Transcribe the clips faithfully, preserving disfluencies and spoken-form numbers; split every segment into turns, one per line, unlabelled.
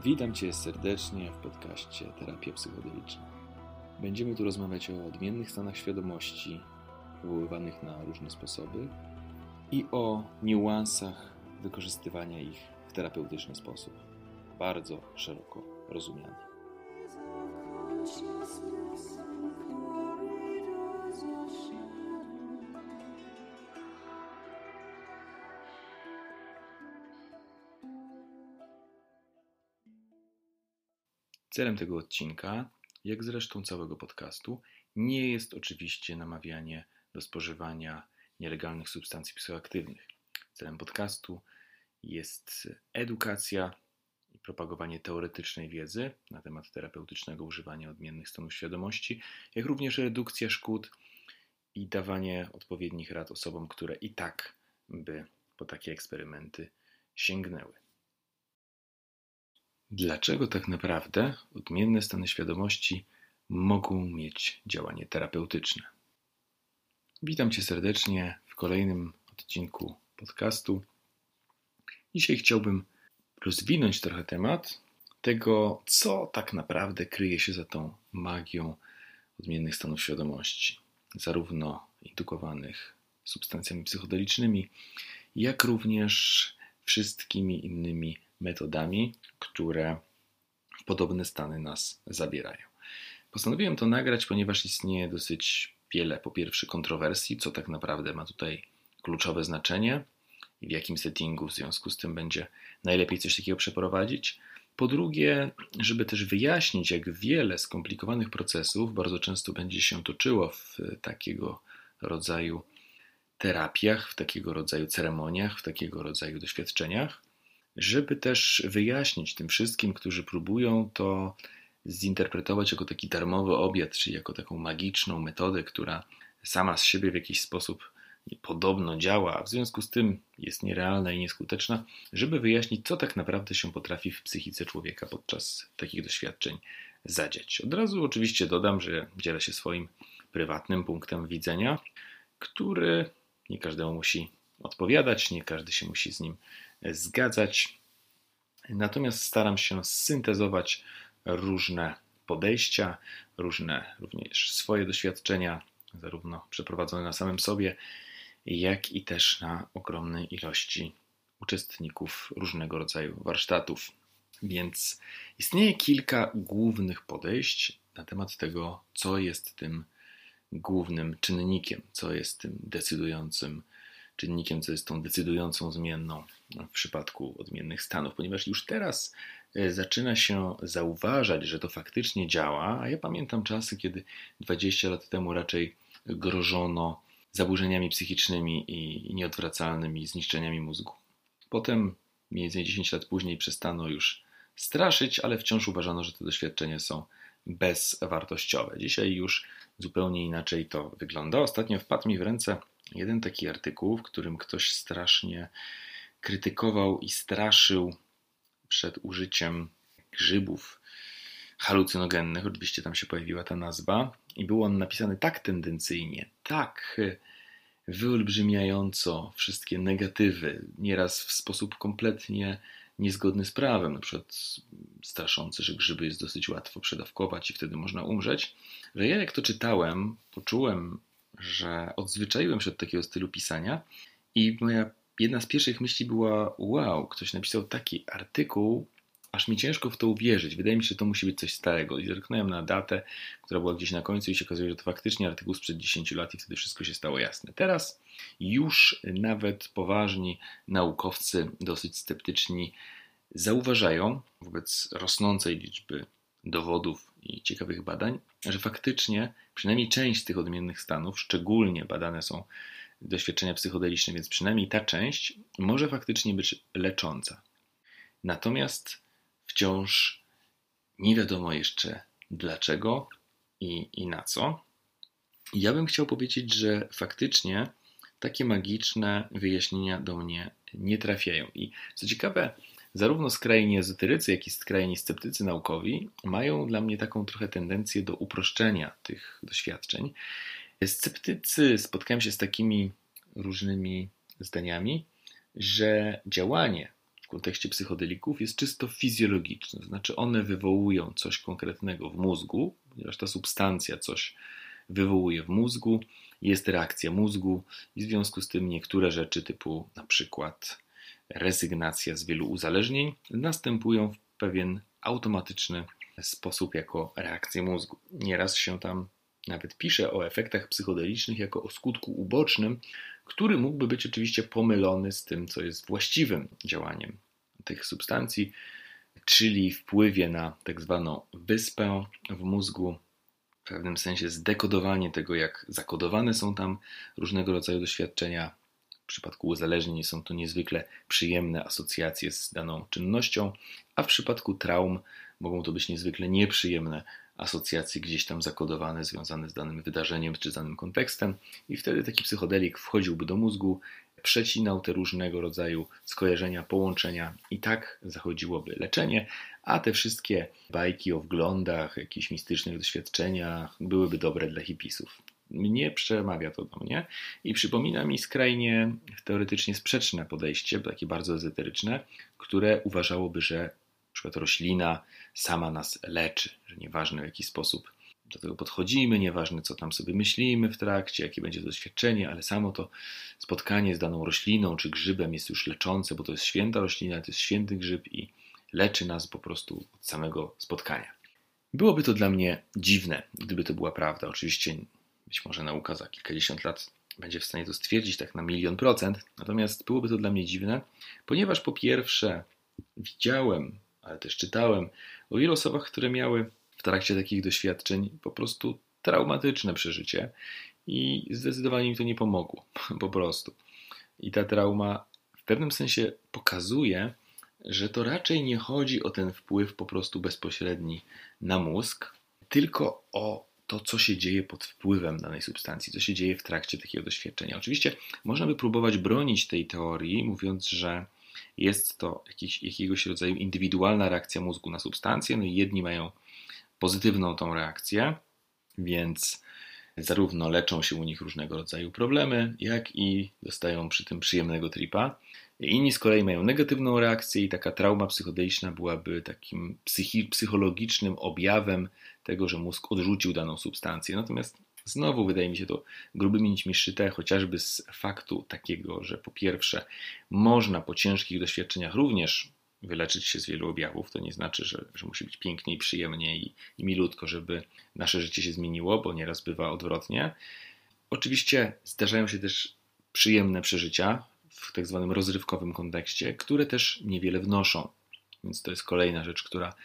Witam Cię serdecznie w podcaście Terapia Psychodeliczna. Będziemy tu rozmawiać o odmiennych stanach świadomości, wywoływanych na różne sposoby i o niuansach wykorzystywania ich w terapeutyczny sposób, bardzo szeroko rozumiany. Celem tego odcinka, jak zresztą całego podcastu, nie jest oczywiście namawianie do spożywania nielegalnych substancji psychoaktywnych. Celem podcastu jest edukacja i propagowanie teoretycznej wiedzy na temat terapeutycznego używania odmiennych stanów świadomości, jak również redukcja szkód i dawanie odpowiednich rad osobom, które i tak by po takie eksperymenty sięgnęły. Dlaczego tak naprawdę odmienne stany świadomości mogą mieć działanie terapeutyczne? Witam Cię serdecznie w kolejnym odcinku podcastu. Dzisiaj chciałbym rozwinąć trochę temat tego, co tak naprawdę kryje się za tą magią odmiennych stanów świadomości, zarówno indukowanych substancjami psychodelicznymi, jak również wszystkimi innymi metodami, które w podobne stany nas zabierają. Postanowiłem to nagrać, ponieważ istnieje dosyć wiele, po pierwsze, kontrowersji, co tak naprawdę ma tutaj kluczowe znaczenie i w jakim settingu w związku z tym będzie najlepiej coś takiego przeprowadzić. Po drugie, żeby też wyjaśnić, jak wiele skomplikowanych procesów bardzo często będzie się toczyło w takiego rodzaju terapiach, w takiego rodzaju ceremoniach, w takiego rodzaju doświadczeniach, żeby też wyjaśnić tym wszystkim, którzy próbują to zinterpretować jako taki darmowy obiad, czyli jako taką magiczną metodę, która sama z siebie w jakiś sposób podobno działa, a w związku z tym jest nierealna i nieskuteczna, żeby wyjaśnić, co tak naprawdę się potrafi w psychice człowieka podczas takich doświadczeń zadziać. Od razu oczywiście dodam, że dzielę się swoim prywatnym punktem widzenia, który nie każdemu musi odpowiadać, nie każdy się musi z nim zgadzać. Natomiast staram się syntezować różne podejścia, różne również swoje doświadczenia, zarówno przeprowadzone na samym sobie, jak i też na ogromnej ilości uczestników różnego rodzaju warsztatów. Więc istnieje kilka głównych podejść na temat tego, co jest tym głównym czynnikiem, co jest tym decydującym czynnikiem, co jest tą decydującą zmienną w przypadku odmiennych stanów, ponieważ już teraz zaczyna się zauważać, że to faktycznie działa, a ja pamiętam czasy, kiedy dwadzieścia lat temu raczej grożono zaburzeniami psychicznymi i nieodwracalnymi zniszczeniami mózgu. Potem, mniej więcej dziesięć lat później, przestano już straszyć, ale wciąż uważano, że te doświadczenia są bezwartościowe. Dzisiaj już zupełnie inaczej to wygląda. Ostatnio wpadł mi w ręce jeden taki artykuł, w którym ktoś strasznie krytykował i straszył przed użyciem grzybów halucynogennych. Oczywiście tam się pojawiła ta nazwa i był on napisany tak tendencyjnie, tak wyolbrzymiająco wszystkie negatywy, nieraz w sposób kompletnie niezgodny z prawem, na przykład straszący, że grzyby jest dosyć łatwo przedawkować i wtedy można umrzeć, że ja jak to czytałem, poczułem, że odzwyczaiłem się od takiego stylu pisania i moja jedna z pierwszych myśli była: wow, ktoś napisał taki artykuł, aż mi ciężko w to uwierzyć. Wydaje mi się, że to musi być coś starego. I zerknąłem na datę, która była gdzieś na końcu i się okazuje, że to faktycznie artykuł sprzed dziesięciu lat i wtedy wszystko się stało jasne. Teraz już nawet poważni naukowcy, dosyć sceptyczni, zauważają wobec rosnącej liczby dowodów i ciekawych badań, że faktycznie przynajmniej część z tych odmiennych stanów, szczególnie badane są doświadczenia psychodeliczne, więc przynajmniej ta część może faktycznie być lecząca. Natomiast wciąż nie wiadomo jeszcze dlaczego i, i na co. Ja bym chciał powiedzieć, że faktycznie takie magiczne wyjaśnienia do mnie nie trafiają. I co ciekawe, zarówno skrajni ezoterycy, jak i skrajni sceptycy naukowi mają dla mnie taką trochę tendencję do uproszczenia tych doświadczeń. Sceptycy spotkałem się z takimi różnymi zdaniami, że działanie kontekście psychodelików jest czysto fizjologiczny, to znaczy one wywołują coś konkretnego w mózgu, ponieważ ta substancja coś wywołuje w mózgu, jest reakcja mózgu i w związku z tym niektóre rzeczy typu na przykład rezygnacja z wielu uzależnień następują w pewien automatyczny sposób jako reakcję mózgu. Nieraz się tam nawet pisze o efektach psychodelicznych jako o skutku ubocznym, który mógłby być oczywiście pomylony z tym, co jest właściwym działaniem tych substancji, czyli wpływie na tak zwaną wyspę w mózgu, w pewnym sensie zdekodowanie tego, jak zakodowane są tam różnego rodzaju doświadczenia. W przypadku uzależnień są to niezwykle przyjemne asocjacje z daną czynnością, a w przypadku traum mogą to być niezwykle nieprzyjemne asocjacje gdzieś tam zakodowane, związane z danym wydarzeniem czy z danym kontekstem i wtedy taki psychodelik wchodziłby do mózgu, przecinał te różnego rodzaju skojarzenia, połączenia i tak zachodziłoby leczenie, a te wszystkie bajki o wglądach, jakichś mistycznych doświadczeniach byłyby dobre dla hipisów. Mnie przemawia to do mnie i przypomina mi skrajnie teoretycznie sprzeczne podejście, takie bardzo ezoteryczne, które uważałoby, że na przykład roślina sama nas leczy, że nieważne w jaki sposób do tego podchodzimy, nieważne co tam sobie myślimy w trakcie, jakie będzie to doświadczenie, ale samo to spotkanie z daną rośliną czy grzybem jest już leczące, bo to jest święta roślina, to jest święty grzyb i leczy nas po prostu od samego spotkania. Byłoby to dla mnie dziwne, gdyby to była prawda. Oczywiście być może nauka za kilkadziesiąt lat będzie w stanie to stwierdzić tak na milion procent, natomiast byłoby to dla mnie dziwne, ponieważ po pierwsze widziałem, ale też czytałem o wielu osobach, które miały w trakcie takich doświadczeń po prostu traumatyczne przeżycie i zdecydowanie im to nie pomogło, po prostu. I ta trauma w pewnym sensie pokazuje, że to raczej nie chodzi o ten wpływ po prostu bezpośredni na mózg, tylko o to, co się dzieje pod wpływem danej substancji, co się dzieje w trakcie takiego doświadczenia. Oczywiście można by próbować bronić tej teorii, mówiąc, że jest to jakiś, jakiegoś rodzaju indywidualna reakcja mózgu na substancję, no i jedni mają pozytywną tą reakcję, więc zarówno leczą się u nich różnego rodzaju problemy, jak i dostają przy tym przyjemnego tripa. Inni z kolei mają negatywną reakcję i taka trauma psychodeliczna byłaby takim psychi- psychologicznym objawem tego, że mózg odrzucił daną substancję. Natomiast znowu wydaje mi się to grubymi nićmi szyte, chociażby z faktu takiego, że po pierwsze można po ciężkich doświadczeniach również wyleczyć się z wielu objawów. To nie znaczy, że, że musi być pięknie i przyjemnie i, i milutko, żeby nasze życie się zmieniło, bo nieraz bywa odwrotnie. Oczywiście zdarzają się też przyjemne przeżycia w tak zwanym rozrywkowym kontekście, które też niewiele wnoszą. Więc to jest kolejna rzecz, która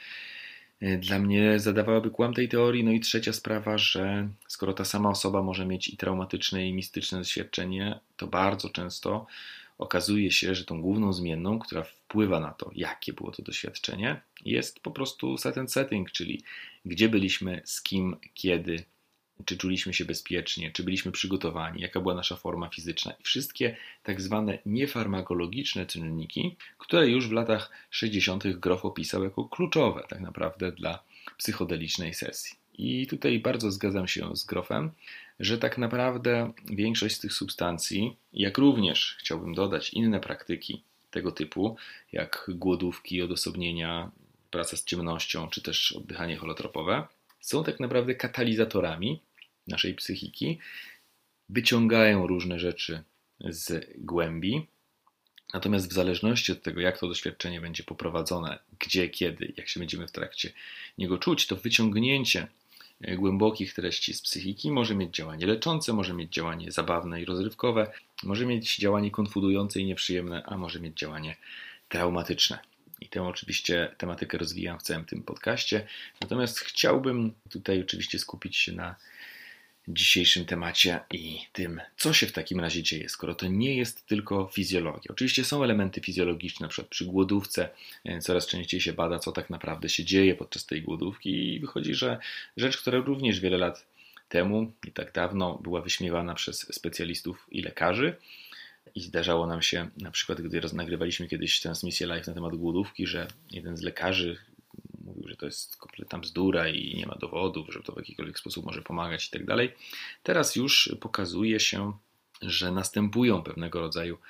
dla mnie zadawałaby kłam tej teorii. No i trzecia sprawa, że skoro ta sama osoba może mieć i traumatyczne, i mistyczne doświadczenie, to bardzo często okazuje się, że tą główną zmienną, która wpływa na to, jakie było to doświadczenie, jest po prostu set and setting, czyli gdzie byliśmy, z kim, kiedy, czy czuliśmy się bezpiecznie, czy byliśmy przygotowani, jaka była nasza forma fizyczna i wszystkie tak zwane niefarmakologiczne czynniki, które już w latach sześćdziesiątych Grof opisał jako kluczowe tak naprawdę dla psychodelicznej sesji. I tutaj bardzo zgadzam się z Grofem, że tak naprawdę większość z tych substancji, jak również chciałbym dodać inne praktyki tego typu, jak głodówki, odosobnienia, praca z ciemnością, czy też oddychanie holotropowe, są tak naprawdę katalizatorami naszej psychiki, wyciągają różne rzeczy z głębi, natomiast w zależności od tego, jak to doświadczenie będzie poprowadzone, gdzie, kiedy, jak się będziemy w trakcie niego czuć, to wyciągnięcie głębokich treści z psychiki może mieć działanie leczące, może mieć działanie zabawne i rozrywkowe, może mieć działanie konfudujące i nieprzyjemne, a może mieć działanie traumatyczne. I tę oczywiście tematykę rozwijam w całym tym podcaście. Natomiast chciałbym tutaj oczywiście skupić się na dzisiejszym temacie i tym, co się w takim razie dzieje, skoro to nie jest tylko fizjologia. Oczywiście są elementy fizjologiczne, na przykład przy głodówce coraz częściej się bada, co tak naprawdę się dzieje podczas tej głodówki i wychodzi, że rzecz, która również wiele lat temu, nie tak dawno, była wyśmiewana przez specjalistów i lekarzy, i zdarzało nam się, na przykład gdy nagrywaliśmy kiedyś transmisję live na temat głodówki, że jeden z lekarzy mówił, że to jest kompletna bzdura i nie ma dowodów, że to w jakikolwiek sposób może pomagać i tak dalej. Teraz już pokazuje się, że następują pewnego rodzaju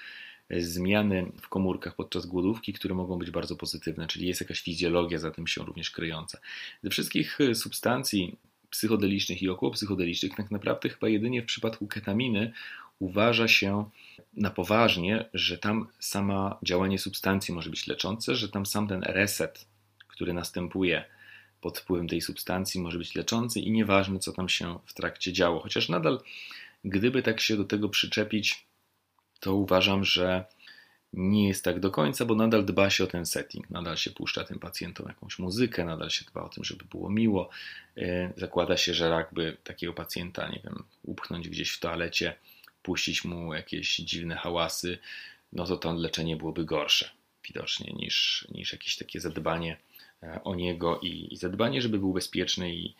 zmiany w komórkach podczas głodówki, które mogą być bardzo pozytywne, czyli jest jakaś fizjologia za tym się również kryjąca. Ze wszystkich substancji psychodelicznych i okołopsychodelicznych tak naprawdę chyba jedynie w przypadku ketaminy uważa się na poważnie, że tam sama działanie substancji może być leczące, że tam sam ten reset, który następuje pod wpływem tej substancji, może być leczący i nieważne, co tam się w trakcie działo. Chociaż nadal, gdyby tak się do tego przyczepić, to uważam, że nie jest tak do końca, bo nadal dba się o ten setting, nadal się puszcza tym pacjentom jakąś muzykę, nadal się dba o tym, żeby było miło. Zakłada się, że jakby takiego pacjenta, nie wiem, upchnąć gdzieś w toalecie, puścić mu jakieś dziwne hałasy, no to to leczenie byłoby gorsze widocznie niż, niż jakieś takie zadbanie o niego i, i zadbanie, żeby był bezpieczny i,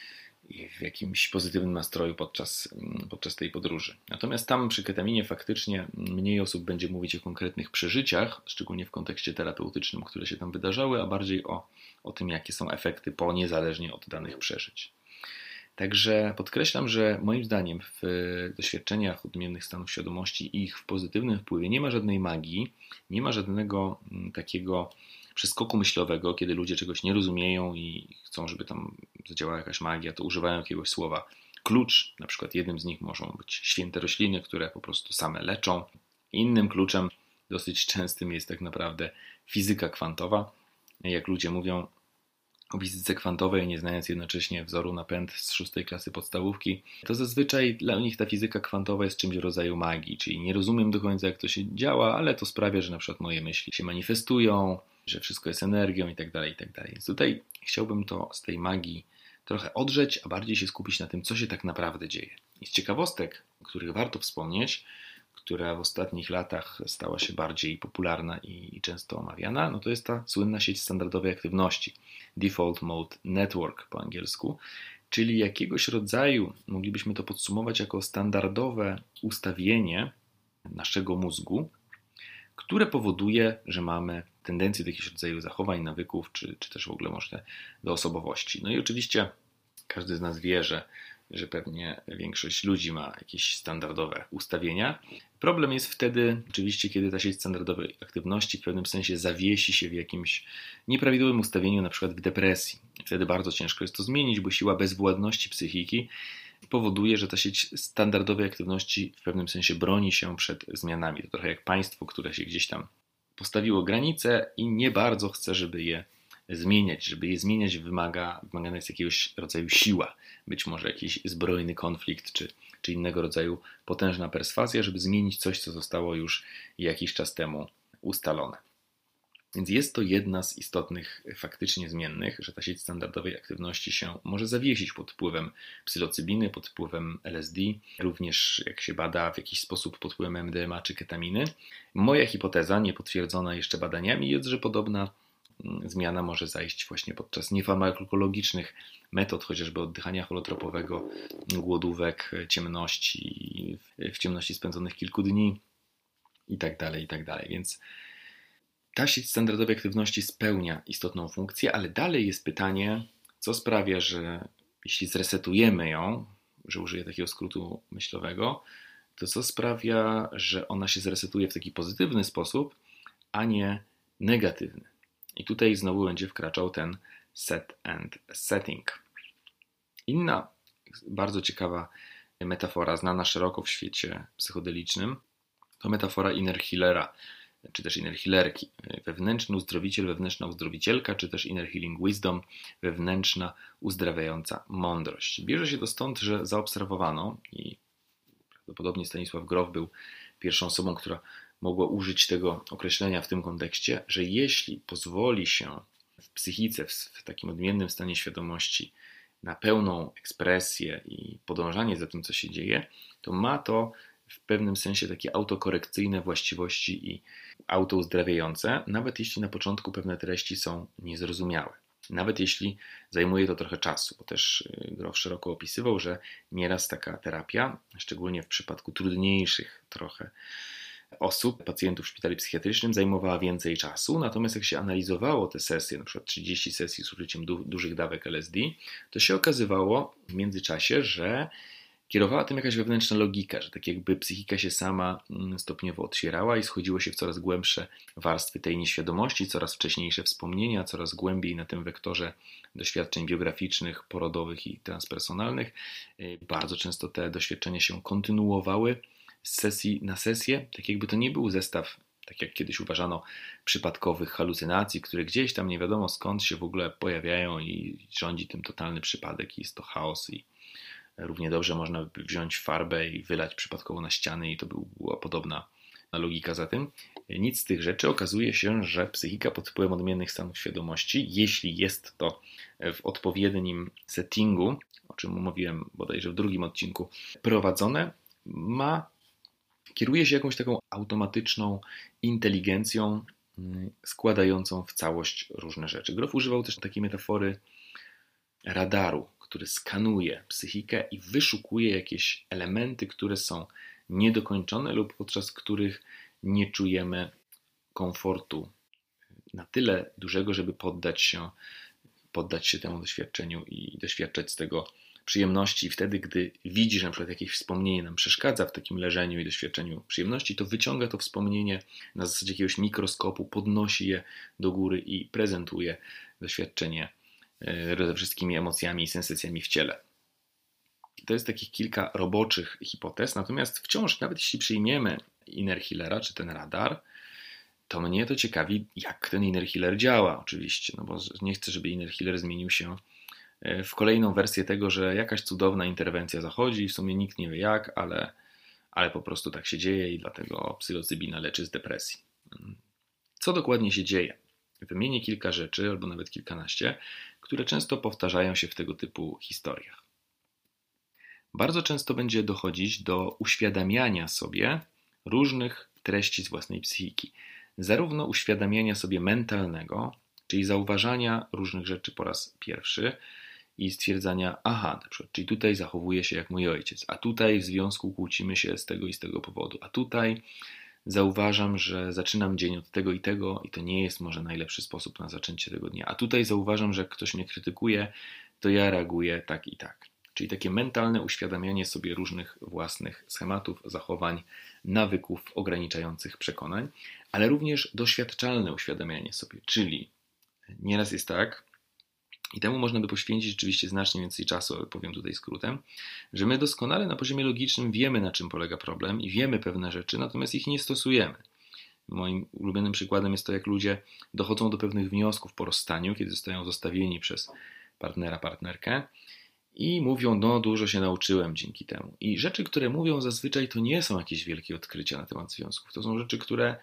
i w jakimś pozytywnym nastroju podczas, podczas tej podróży. Natomiast tam przy ketaminie faktycznie mniej osób będzie mówić o konkretnych przeżyciach, szczególnie w kontekście terapeutycznym, które się tam wydarzały, a bardziej o, o tym, jakie są efekty po niezależnie od danych przeżyć. Także podkreślam, że moim zdaniem w doświadczeniach odmiennych stanów świadomości i ich w pozytywnym wpływie nie ma żadnej magii, nie ma żadnego takiego przeskoku myślowego, kiedy ludzie czegoś nie rozumieją i chcą, żeby tam zadziałała jakaś magia, to używają jakiegoś słowa klucz. Na przykład jednym z nich mogą być święte rośliny, które po prostu same leczą. Innym kluczem dosyć częstym jest tak naprawdę fizyka kwantowa. Jak ludzie mówią o fizyce kwantowej, nie znając jednocześnie wzoru na pęd z szóstej klasy podstawówki, to zazwyczaj dla nich ta fizyka kwantowa jest czymś w rodzaju magii, czyli nie rozumiem do końca, jak to się działa, ale to sprawia, że na przykład moje myśli się manifestują, że wszystko jest energią i tak dalej, i tak dalej. Więc tutaj chciałbym to z tej magii trochę odrzeć, a bardziej się skupić na tym, co się tak naprawdę dzieje. I z ciekawostek, o których warto wspomnieć, która w ostatnich latach stała się bardziej popularna i często omawiana, no to jest ta słynna sieć standardowej aktywności, Default Mode Network po angielsku, czyli jakiegoś rodzaju, moglibyśmy to podsumować jako standardowe ustawienie naszego mózgu, które powoduje, że mamy tendencję do jakiegoś rodzaju zachowań, nawyków, czy, czy też w ogóle może do osobowości. No i oczywiście każdy z nas wie, że że pewnie większość ludzi ma jakieś standardowe ustawienia. Problem jest wtedy, oczywiście, kiedy ta sieć standardowej aktywności w pewnym sensie zawiesi się w jakimś nieprawidłowym ustawieniu, na przykład w depresji. Wtedy bardzo ciężko jest to zmienić, bo siła bezwładności psychiki powoduje, że ta sieć standardowej aktywności w pewnym sensie broni się przed zmianami. To trochę jak państwo, które się gdzieś tam postawiło granice i nie bardzo chce, żeby je zmieniać. Żeby je zmieniać wymaga, wymagana jest jakiegoś rodzaju siła, być może jakiś zbrojny konflikt, czy, czy innego rodzaju potężna perswazja, żeby zmienić coś, co zostało już jakiś czas temu ustalone. Więc jest to jedna z istotnych faktycznie zmiennych, że ta sieć standardowej aktywności się może zawiesić pod wpływem psylocybiny, pod wpływem L S D, również jak się bada w jakiś sposób pod wpływem M D M A czy ketaminy. Moja hipoteza, niepotwierdzona jeszcze badaniami, jest, że podobna zmiana może zajść właśnie podczas niefarmakologicznych metod, chociażby oddychania holotropowego, głodówek, ciemności, w ciemności spędzonych kilku dni i tak dalej, i tak dalej. Więc ta sieć standardowej aktywności spełnia istotną funkcję, ale dalej jest pytanie, co sprawia, że jeśli zresetujemy ją, że użyję takiego skrótu myślowego, to co sprawia, że ona się zresetuje w taki pozytywny sposób, a nie negatywny. I tutaj znowu będzie wkraczał ten set and setting. Inna bardzo ciekawa metafora, znana szeroko w świecie psychodelicznym, to metafora inner healera, czy też inner healerki. Wewnętrzny uzdrowiciel, wewnętrzna uzdrowicielka, czy też inner healing wisdom, wewnętrzna uzdrawiająca mądrość. Bierze się to stąd, że zaobserwowano i prawdopodobnie Stanisław Grof był pierwszą osobą, która mogła użyć tego określenia w tym kontekście, że jeśli pozwoli się w psychice, w takim odmiennym stanie świadomości na pełną ekspresję i podążanie za tym, co się dzieje, to ma to w pewnym sensie takie autokorekcyjne właściwości i autouzdrawiające, nawet jeśli na początku pewne treści są niezrozumiałe. Nawet jeśli zajmuje to trochę czasu, bo też Grof szeroko opisywał, że nieraz taka terapia, szczególnie w przypadku trudniejszych trochę osób, pacjentów w szpitalu psychiatrycznym, zajmowała więcej czasu, natomiast jak się analizowało te sesje, na przykład trzydzieści sesji z użyciem du- dużych dawek L S D, to się okazywało w międzyczasie, że kierowała tym jakaś wewnętrzna logika, że tak jakby psychika się sama stopniowo otwierała i schodziło się w coraz głębsze warstwy tej nieświadomości, coraz wcześniejsze wspomnienia, coraz głębiej na tym wektorze doświadczeń biograficznych, porodowych i transpersonalnych. Bardzo często te doświadczenia się kontynuowały z sesji na sesję, tak jakby to nie był zestaw, tak jak kiedyś uważano, przypadkowych halucynacji, które gdzieś tam nie wiadomo skąd się w ogóle pojawiają i rządzi tym totalny przypadek i jest to chaos i równie dobrze można by wziąć farbę i wylać przypadkowo na ściany i to była podobna logika za tym. Nic z tych rzeczy. Okazuje się, że psychika pod wpływem odmiennych stanów świadomości, jeśli jest to w odpowiednim settingu, o czym mówiłem bodajże w drugim odcinku, prowadzone, ma, kieruje się jakąś taką automatyczną inteligencją składającą w całość różne rzeczy. Grof używał też takiej metafory radaru, który skanuje psychikę i wyszukuje jakieś elementy, które są niedokończone lub podczas których nie czujemy komfortu na tyle dużego, żeby poddać się, poddać się temu doświadczeniu i doświadczać z tego przyjemności. I wtedy, gdy widzi, że na przykład jakieś wspomnienie nam przeszkadza w takim leżeniu i doświadczeniu przyjemności, to wyciąga to wspomnienie na zasadzie jakiegoś mikroskopu, podnosi je do góry i prezentuje doświadczenie ze wszystkimi emocjami i sensacjami w ciele. To jest takich kilka roboczych hipotez, natomiast wciąż, nawet jeśli przyjmiemy Inner Healera czy ten radar, to mnie to ciekawi, jak ten Inner Healer działa oczywiście, no bo nie chcę, żeby Inner Healer zmienił się w kolejną wersję tego, że jakaś cudowna interwencja zachodzi i w sumie nikt nie wie jak, ale, ale po prostu tak się dzieje i dlatego psylocybina leczy z depresji. Co dokładnie się dzieje? Wymienię kilka rzeczy, albo nawet kilkanaście, które często powtarzają się w tego typu historiach. Bardzo często będzie dochodzić do uświadamiania sobie różnych treści z własnej psychiki. Zarówno uświadamiania sobie mentalnego, czyli zauważania różnych rzeczy po raz pierwszy i stwierdzania, aha, na przykład, czyli tutaj zachowuję się jak mój ojciec, a tutaj w związku kłócimy się z tego i z tego powodu, a tutaj zauważam, że zaczynam dzień od tego i tego i to nie jest może najlepszy sposób na zaczęcie tego dnia. A tutaj zauważam, że jak ktoś mnie krytykuje, to ja reaguję tak i tak. Czyli takie mentalne uświadamianie sobie różnych własnych schematów, zachowań, nawyków ograniczających przekonań, ale również doświadczalne uświadamianie sobie. Czyli nieraz jest tak, i temu można by poświęcić oczywiście znacznie więcej czasu, ale powiem tutaj skrótem, że my doskonale na poziomie logicznym wiemy, na czym polega problem i wiemy pewne rzeczy, natomiast ich nie stosujemy. Moim ulubionym przykładem jest to, jak ludzie dochodzą do pewnych wniosków po rozstaniu, kiedy zostają zostawieni przez partnera, partnerkę i mówią, no dużo się nauczyłem dzięki temu. I rzeczy, które mówią zazwyczaj, to nie są jakieś wielkie odkrycia na temat związków. To są rzeczy, które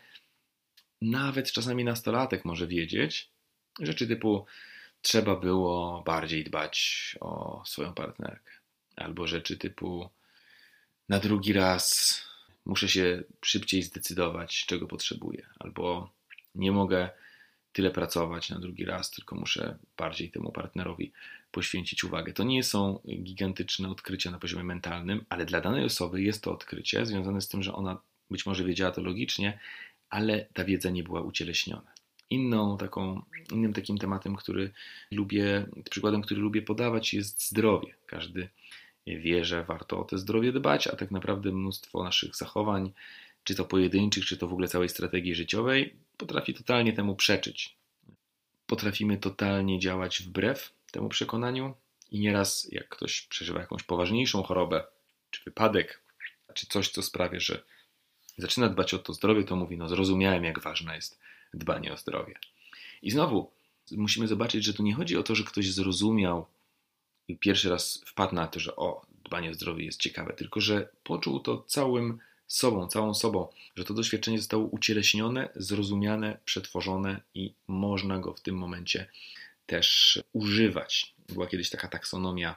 nawet czasami nastolatek może wiedzieć. Rzeczy typu trzeba było bardziej dbać o swoją partnerkę. Albo rzeczy typu na drugi raz muszę się szybciej zdecydować, czego potrzebuję. Albo nie mogę tyle pracować na drugi raz, tylko muszę bardziej temu partnerowi poświęcić uwagę. To nie są gigantyczne odkrycia na poziomie mentalnym, ale dla danej osoby jest to odkrycie związane z tym, że ona być może wiedziała to logicznie, ale ta wiedza nie była ucieleśniona. Inną taką, innym takim tematem, który lubię, przykładem, który lubię podawać, jest zdrowie. Każdy wie, że warto o to zdrowie dbać, a tak naprawdę mnóstwo naszych zachowań, czy to pojedynczych, czy to w ogóle całej strategii życiowej, potrafi totalnie temu przeczyć. Potrafimy totalnie działać wbrew temu przekonaniu i nieraz jak ktoś przeżywa jakąś poważniejszą chorobę, czy wypadek, czy coś, co sprawia, że zaczyna dbać o to zdrowie, to mówi, no zrozumiałem, jak ważne jest dbanie o zdrowie. I znowu musimy zobaczyć, że tu nie chodzi o to, że ktoś zrozumiał i pierwszy raz wpadł na to, że o, dbanie o zdrowie jest ciekawe, tylko że poczuł to całym sobą, całą sobą, że to doświadczenie zostało ucieleśnione, zrozumiane, przetworzone i można go w tym momencie też używać. Była kiedyś taka taksonomia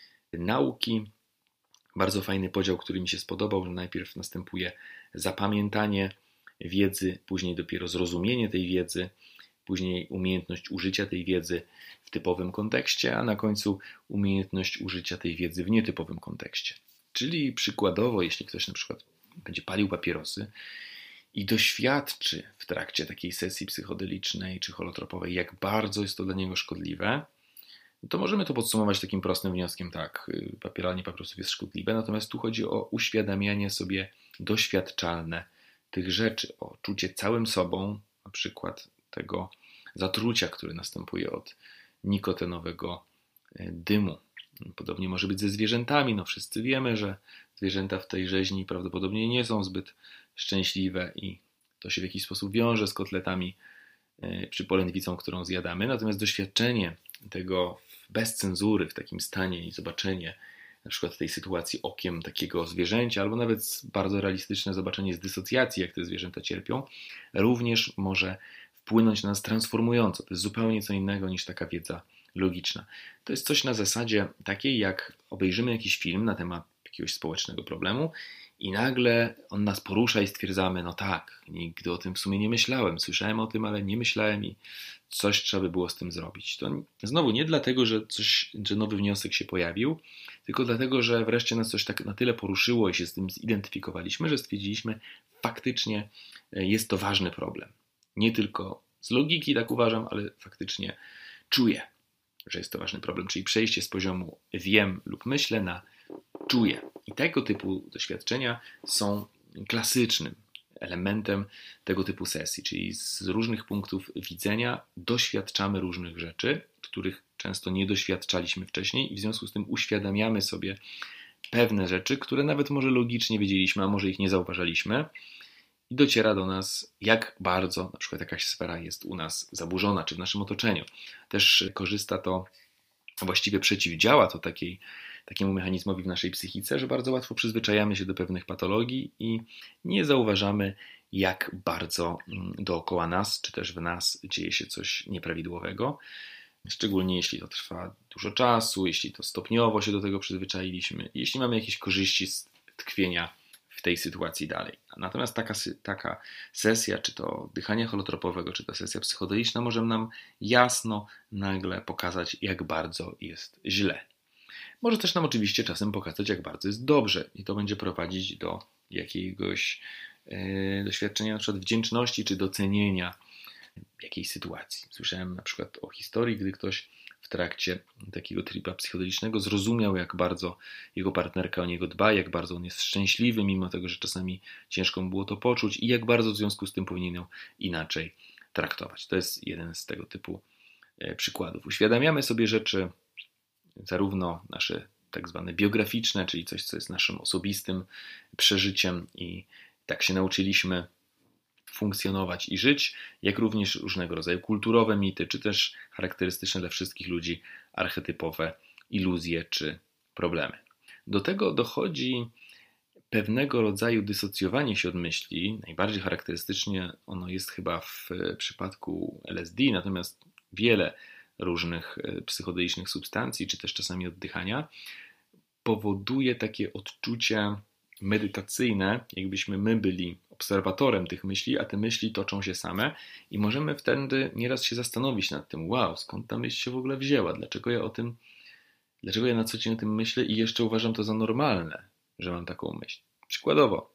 nauki, bardzo fajny podział, który mi się spodobał, że najpierw następuje zapamiętanie wiedzy, później dopiero zrozumienie tej wiedzy, później umiejętność użycia tej wiedzy w typowym kontekście, a na końcu umiejętność użycia tej wiedzy w nietypowym kontekście. Czyli przykładowo, jeśli ktoś na przykład będzie palił papierosy i doświadczy w trakcie takiej sesji psychodelicznej czy holotropowej, jak bardzo jest to dla niego szkodliwe, to możemy to podsumować takim prostym wnioskiem, tak, papieranie papierosów jest szkodliwe, natomiast tu chodzi o uświadamianie sobie doświadczalne tych rzeczy, o czucie całym sobą, na przykład tego zatrucia, które następuje od nikotynowego dymu. Podobnie może być ze zwierzętami. No wszyscy wiemy, że zwierzęta w tej rzeźni prawdopodobnie nie są zbyt szczęśliwe i to się w jakiś sposób wiąże z kotletami czy polędwicą, którą zjadamy. Natomiast doświadczenie tego bez cenzury, w takim stanie i zobaczenie na przykład tej sytuacji okiem takiego zwierzęcia, albo nawet bardzo realistyczne zobaczenie z dysocjacji, jak te zwierzęta cierpią, również może wpłynąć na nas transformująco. To jest zupełnie co innego niż taka wiedza logiczna. To jest coś na zasadzie takiej, jak obejrzymy jakiś film na temat jakiegoś społecznego problemu i nagle on nas porusza i stwierdzamy, no tak, nigdy o tym w sumie nie myślałem, słyszałem o tym, ale nie myślałem i coś trzeba by było z tym zrobić. To znowu nie dlatego, że coś, że nowy wniosek się pojawił, tylko dlatego, że wreszcie nas coś tak na tyle poruszyło i się z tym zidentyfikowaliśmy, że stwierdziliśmy, faktycznie jest to ważny problem. Nie tylko z logiki, tak uważam, ale faktycznie czuję, że jest to ważny problem, czyli przejście z poziomu wiem lub myślę na czuję. I tego typu doświadczenia są klasycznym elementem tego typu sesji, czyli z różnych punktów widzenia doświadczamy różnych rzeczy, których często nie doświadczaliśmy wcześniej i w związku z tym uświadamiamy sobie pewne rzeczy, które nawet może logicznie wiedzieliśmy, a może ich nie zauważaliśmy i dociera do nas, jak bardzo na przykład jakaś sfera jest u nas zaburzona, czy w naszym otoczeniu. Też korzysta to, właściwie przeciwdziała to takiej takiemu mechanizmowi w naszej psychice, że bardzo łatwo przyzwyczajamy się do pewnych patologii i nie zauważamy, jak bardzo dookoła nas, czy też w nas dzieje się coś nieprawidłowego. Szczególnie jeśli to trwa dużo czasu, jeśli to stopniowo się do tego przyzwyczailiśmy, jeśli mamy jakieś korzyści z tkwienia w tej sytuacji dalej. Natomiast taka, taka sesja, czy to dychania holotropowego, czy to sesja psychodeliczna może nam jasno nagle pokazać, jak bardzo jest źle. Może też nam oczywiście czasem pokazać, jak bardzo jest dobrze i to będzie prowadzić do jakiegoś yy, doświadczenia na przykład wdzięczności czy docenienia jakiejś sytuacji. Słyszałem na przykład o historii, gdy ktoś w trakcie takiego tripa psychodelicznego zrozumiał, jak bardzo jego partnerka o niego dba, jak bardzo on jest szczęśliwy, mimo tego, że czasami ciężko mu było to poczuć i jak bardzo w związku z tym powinien ją inaczej traktować. To jest jeden z tego typu przykładów. Uświadamiamy sobie rzeczy, zarówno nasze tak zwane biograficzne, czyli coś, co jest naszym osobistym przeżyciem i tak się nauczyliśmy funkcjonować i żyć, jak również różnego rodzaju kulturowe mity, czy też charakterystyczne dla wszystkich ludzi archetypowe iluzje czy problemy. Do tego dochodzi pewnego rodzaju dysocjowanie się od myśli. Najbardziej charakterystycznie ono jest chyba w przypadku L S D, natomiast wiele różnych psychodelicznych substancji, czy też czasami oddychania, powoduje takie odczucie medytacyjne, jakbyśmy my byli obserwatorem tych myśli, a te myśli toczą się same i możemy wtedy nieraz się zastanowić nad tym, wow, skąd ta myśl się w ogóle wzięła, dlaczego ja o tym, dlaczego ja na co dzień o tym myślę i jeszcze uważam to za normalne, że mam taką myśl. Przykładowo,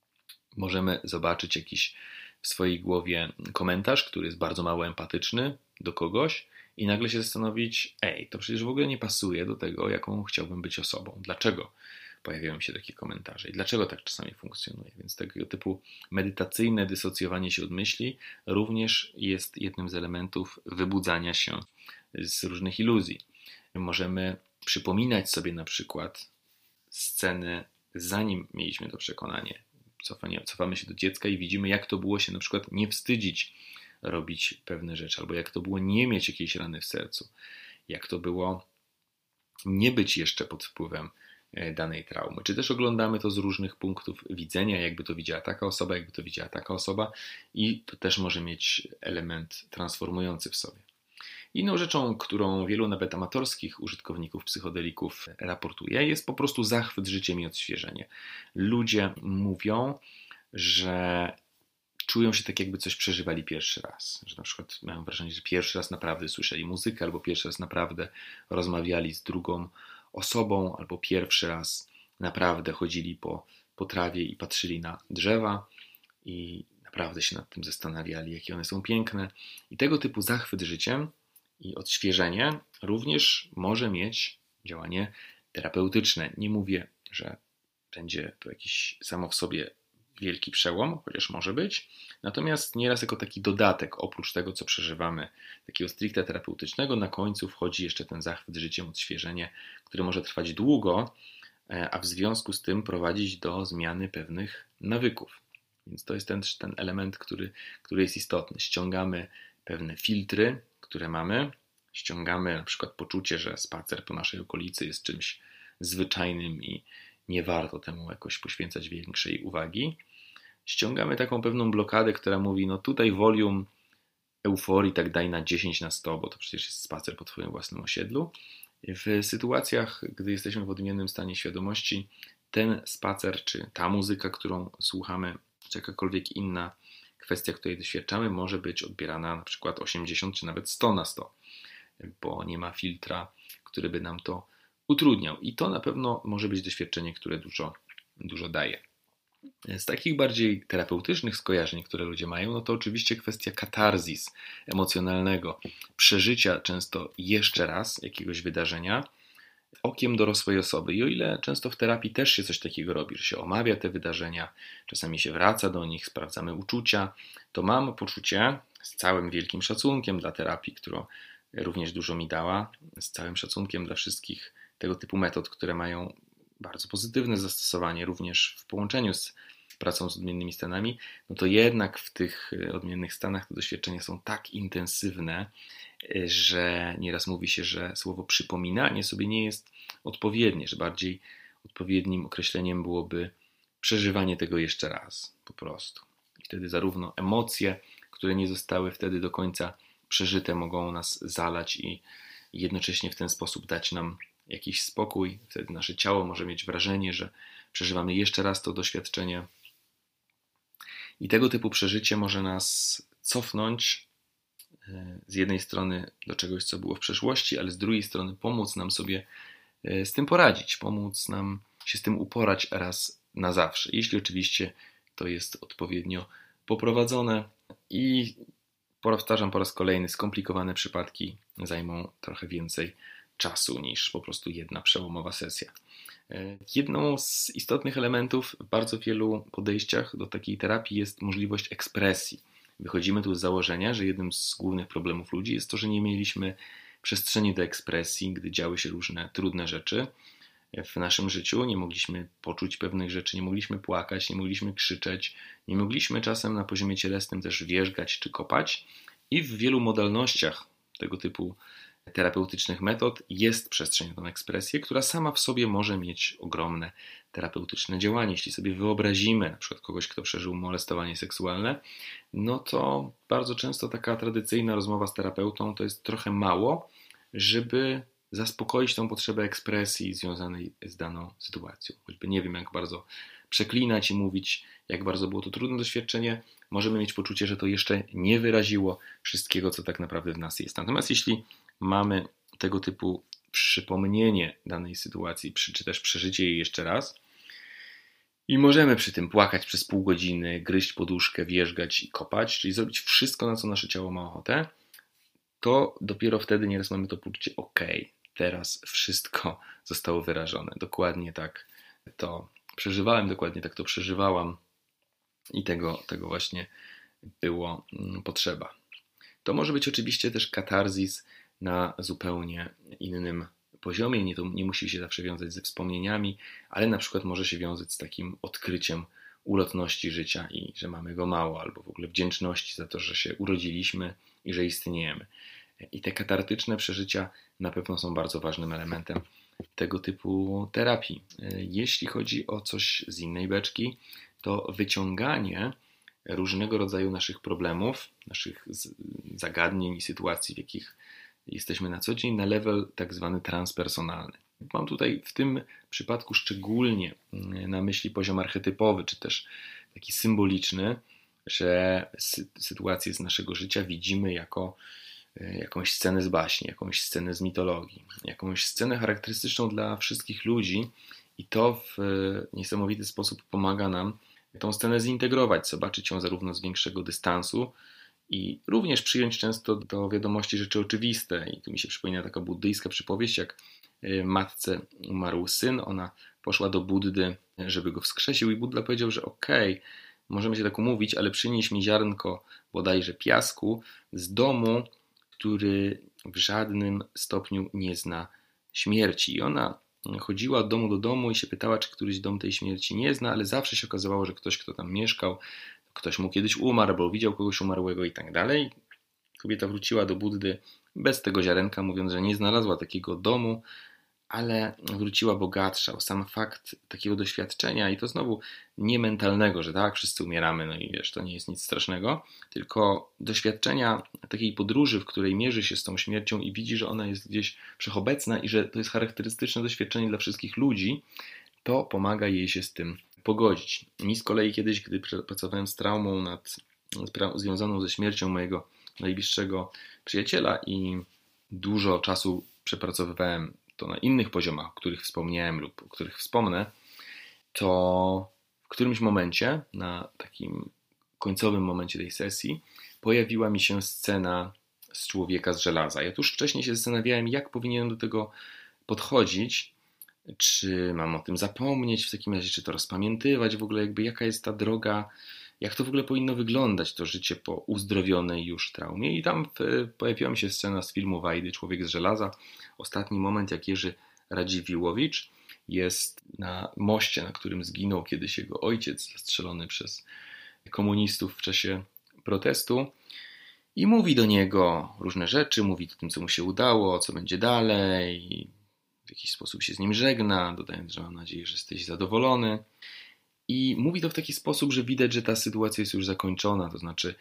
możemy zobaczyć jakiś w swojej głowie komentarz, który jest bardzo mało empatyczny do kogoś i nagle się zastanowić, ej, to przecież w ogóle nie pasuje do tego, jaką chciałbym być osobą. Dlaczego pojawiają się takie komentarze i dlaczego tak czasami funkcjonuje? Więc tego typu medytacyjne dysocjowanie się od myśli również jest jednym z elementów wybudzania się z różnych iluzji. Możemy przypominać sobie na przykład sceny, zanim mieliśmy to przekonanie. Cofanie, cofamy się do dziecka i widzimy, jak to było się na przykład nie wstydzić robić pewne rzeczy, albo jak to było nie mieć jakiejś rany w sercu, jak to było nie być jeszcze pod wpływem danej traumy. Czy też oglądamy to z różnych punktów widzenia, jakby to widziała taka osoba, jakby to widziała taka osoba i to też może mieć element transformujący w sobie. Inną rzeczą, którą wielu nawet amatorskich użytkowników psychodelików raportuje, jest po prostu zachwyt życiem i odświeżenie. Ludzie mówią, że czują się tak, jakby coś przeżywali pierwszy raz. Że na przykład mają wrażenie, że pierwszy raz naprawdę słyszeli muzykę, albo pierwszy raz naprawdę rozmawiali z drugą osobą, albo pierwszy raz naprawdę chodzili po, po trawie i patrzyli na drzewa i naprawdę się nad tym zastanawiali, jakie one są piękne. I tego typu zachwyt życiem i odświeżenie również może mieć działanie terapeutyczne. Nie mówię, że będzie to jakiś samo w sobie wielki przełom, chociaż może być. Natomiast nieraz jako taki dodatek, oprócz tego, co przeżywamy, takiego stricte terapeutycznego, na końcu wchodzi jeszcze ten zachwyt życiem, odświeżenie, które może trwać długo, a w związku z tym prowadzić do zmiany pewnych nawyków. Więc to jest ten, ten element, który, który jest istotny. Ściągamy pewne filtry, które mamy, ściągamy na przykład poczucie, że spacer po naszej okolicy jest czymś zwyczajnym i nie warto temu jakoś poświęcać większej uwagi. Ściągamy taką pewną blokadę, która mówi, no tutaj volume euforii tak daj na dziesięć na sto, bo to przecież jest spacer po twoim własnym osiedlu. W sytuacjach, gdy jesteśmy w odmiennym stanie świadomości, ten spacer, czy ta muzyka, którą słuchamy, czy jakakolwiek inna kwestia, której doświadczamy, może być odbierana na przykład osiemdziesiąt czy nawet sto na sto, bo nie ma filtra, który by nam to utrudniał. I to na pewno może być doświadczenie, które dużo, dużo daje. Z takich bardziej terapeutycznych skojarzeń, które ludzie mają, no to oczywiście kwestia katarzis emocjonalnego, przeżycia często jeszcze raz jakiegoś wydarzenia okiem dorosłej osoby. I o ile często w terapii też się coś takiego robi, że się omawia te wydarzenia, czasami się wraca do nich, sprawdzamy uczucia, to mam poczucie, z całym wielkim szacunkiem dla terapii, która również dużo mi dała, z całym szacunkiem dla wszystkich tego typu metod, które mają bardzo pozytywne zastosowanie również w połączeniu z pracą z odmiennymi stanami, no to jednak w tych odmiennych stanach te doświadczenia są tak intensywne, że nieraz mówi się, że słowo przypominanie sobie nie jest odpowiednie, że bardziej odpowiednim określeniem byłoby przeżywanie tego jeszcze raz, po prostu. I wtedy zarówno emocje, które nie zostały wtedy do końca przeżyte, mogą nas zalać i jednocześnie w ten sposób dać nam jakiś spokój. Wtedy nasze ciało może mieć wrażenie, że przeżywamy jeszcze raz to doświadczenie. I tego typu przeżycie może nas cofnąć z jednej strony do czegoś, co było w przeszłości, ale z drugiej strony pomóc nam sobie z tym poradzić, pomóc nam się z tym uporać raz na zawsze. Jeśli oczywiście to jest odpowiednio poprowadzone i powtarzam po raz kolejny, skomplikowane przypadki zajmą trochę więcej czasu niż po prostu jedna przełomowa sesja. Jedną z istotnych elementów w bardzo wielu podejściach do takiej terapii jest możliwość ekspresji. Wychodzimy tu z założenia, że jednym z głównych problemów ludzi jest to, że nie mieliśmy przestrzeni do ekspresji, gdy działy się różne trudne rzeczy w naszym życiu. Nie mogliśmy poczuć pewnych rzeczy, nie mogliśmy płakać, nie mogliśmy krzyczeć, nie mogliśmy czasem na poziomie cielesnym też wierzgać czy kopać. I w wielu modalnościach tego typu terapeutycznych metod jest przestrzeń na tę ekspresję, która sama w sobie może mieć ogromne terapeutyczne działanie. Jeśli sobie wyobrazimy na przykład kogoś, kto przeżył molestowanie seksualne, no to bardzo często taka tradycyjna rozmowa z terapeutą to jest trochę mało, żeby zaspokoić tą potrzebę ekspresji związanej z daną sytuacją. Choćby nie wiem, jak bardzo przeklinać i mówić, jak bardzo było to trudne doświadczenie, możemy mieć poczucie, że to jeszcze nie wyraziło wszystkiego, co tak naprawdę w nas jest. Natomiast jeśli mamy tego typu przypomnienie danej sytuacji, czy też przeżycie jej jeszcze raz i możemy przy tym płakać przez pół godziny, gryźć poduszkę, wierzgać i kopać, czyli zrobić wszystko, na co nasze ciało ma ochotę, to dopiero wtedy nieraz mamy to poczucie, ok, teraz wszystko zostało wyrażone. Dokładnie tak to przeżywałem, dokładnie tak to przeżywałam i tego, tego właśnie było potrzeba. To może być oczywiście też katarzis na zupełnie innym poziomie. Nie, to nie musi się zawsze wiązać ze wspomnieniami, ale na przykład może się wiązać z takim odkryciem ulotności życia i że mamy go mało, albo w ogóle wdzięczności za to, że się urodziliśmy i że istniejemy. I te katartyczne przeżycia na pewno są bardzo ważnym elementem tego typu terapii. Jeśli chodzi o coś z innej beczki, to wyciąganie różnego rodzaju naszych problemów, naszych zagadnień i sytuacji, w jakich jesteśmy na co dzień, na level tak zwany transpersonalny. Mam tutaj w tym przypadku szczególnie na myśli poziom archetypowy, czy też taki symboliczny, że sytuacje z naszego życia widzimy jako jakąś scenę z baśni, jakąś scenę z mitologii, jakąś scenę charakterystyczną dla wszystkich ludzi i to w niesamowity sposób pomaga nam tą scenę zintegrować, zobaczyć ją zarówno z większego dystansu i również przyjąć często do wiadomości rzeczy oczywiste. I tu mi się przypomina taka buddyjska przypowieść, jak matce umarł syn, ona poszła do Buddy, żeby go wskrzesił i Buddha powiedział, że okej, okay, możemy się tak umówić, ale przynieś mi ziarnko bodajże piasku z domu, który w żadnym stopniu nie zna śmierci. I ona chodziła od domu do domu i się pytała, czy któryś dom tej śmierci nie zna, ale zawsze się okazywało, że ktoś, kto tam mieszkał, ktoś mu kiedyś umarł, albo widział kogoś umarłego i tak dalej. Kobieta wróciła do Buddy bez tego ziarenka, mówiąc, że nie znalazła takiego domu, ale wróciła bogatsza. Sam fakt takiego doświadczenia, i to znowu nie mentalnego, że tak, wszyscy umieramy, no i wiesz, to nie jest nic strasznego, tylko doświadczenia takiej podróży, w której mierzy się z tą śmiercią i widzi, że ona jest gdzieś wszechobecna i że to jest charakterystyczne doświadczenie dla wszystkich ludzi, to pomaga jej się z tym pogodzić. Mi z kolei kiedyś, gdy pracowałem z traumą nad, związaną ze śmiercią mojego najbliższego przyjaciela i dużo czasu przepracowywałem to na innych poziomach, o których wspomniałem lub o których wspomnę, to w którymś momencie, na takim końcowym momencie tej sesji, pojawiła mi się scena z Człowieka z żelaza. Ja tuż wcześniej się zastanawiałem, jak powinienem do tego podchodzić, czy mam o tym zapomnieć, w takim razie czy to rozpamiętywać, w ogóle jakby jaka jest ta droga, jak to w ogóle powinno wyglądać, to życie po uzdrowionej już traumie. I tam w, pojawiła mi się scena z filmu Wajdy, Człowiek z żelaza. Ostatni moment, jak Jerzy Radziwiłłowicz jest na moście, na którym zginął kiedyś jego ojciec, zastrzelony przez komunistów w czasie protestu. I mówi do niego różne rzeczy, mówi o tym, co mu się udało, co będzie dalej. W jakiś sposób się z nim żegna, dodając, że mam nadzieję, że jesteś zadowolony. I mówi to w taki sposób, że widać, że ta sytuacja jest już zakończona, to znaczy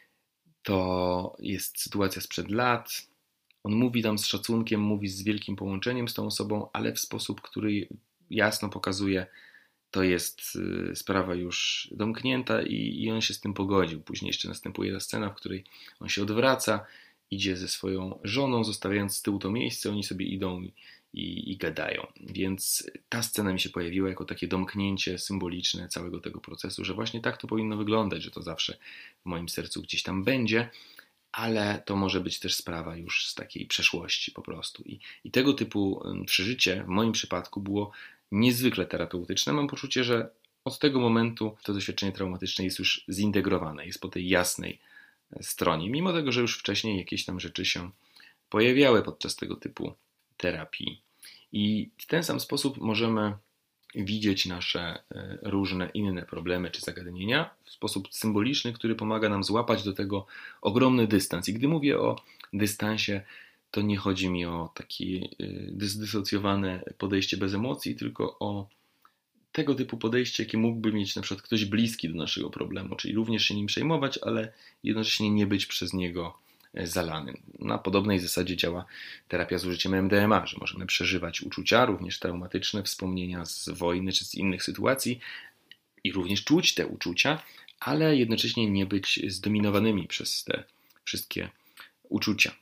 to jest sytuacja sprzed lat. On mówi tam z szacunkiem, mówi z wielkim połączeniem z tą osobą, ale w sposób, który jasno pokazuje, to jest sprawa już domknięta i, i on się z tym pogodził. Później jeszcze następuje ta scena, w której on się odwraca, idzie ze swoją żoną, zostawiając z tyłu to miejsce, oni sobie idą i, i, i gadają. Więc ta scena mi się pojawiła jako takie domknięcie symboliczne całego tego procesu, że właśnie tak to powinno wyglądać, że to zawsze w moim sercu gdzieś tam będzie, ale to może być też sprawa już z takiej przeszłości po prostu. I, i tego typu przeżycie w moim przypadku było niezwykle terapeutyczne. Mam poczucie, że od tego momentu to doświadczenie traumatyczne jest już zintegrowane, jest po tej jasnej stronie, mimo tego, że już wcześniej jakieś tam rzeczy się pojawiały podczas tego typu terapii. I w ten sam sposób możemy widzieć nasze różne inne problemy czy zagadnienia w sposób symboliczny, który pomaga nam złapać do tego ogromny dystans. I gdy mówię o dystansie, to nie chodzi mi o takie zdysocjowane podejście bez emocji, tylko o tego typu podejście, jakie mógłby mieć na przykład ktoś bliski do naszego problemu, czyli również się nim przejmować, ale jednocześnie nie być przez niego zalanym. Na podobnej zasadzie działa terapia z użyciem M D M A, że możemy przeżywać uczucia, również traumatyczne, wspomnienia z wojny czy z innych sytuacji i również czuć te uczucia, ale jednocześnie nie być zdominowanymi przez te wszystkie uczucia.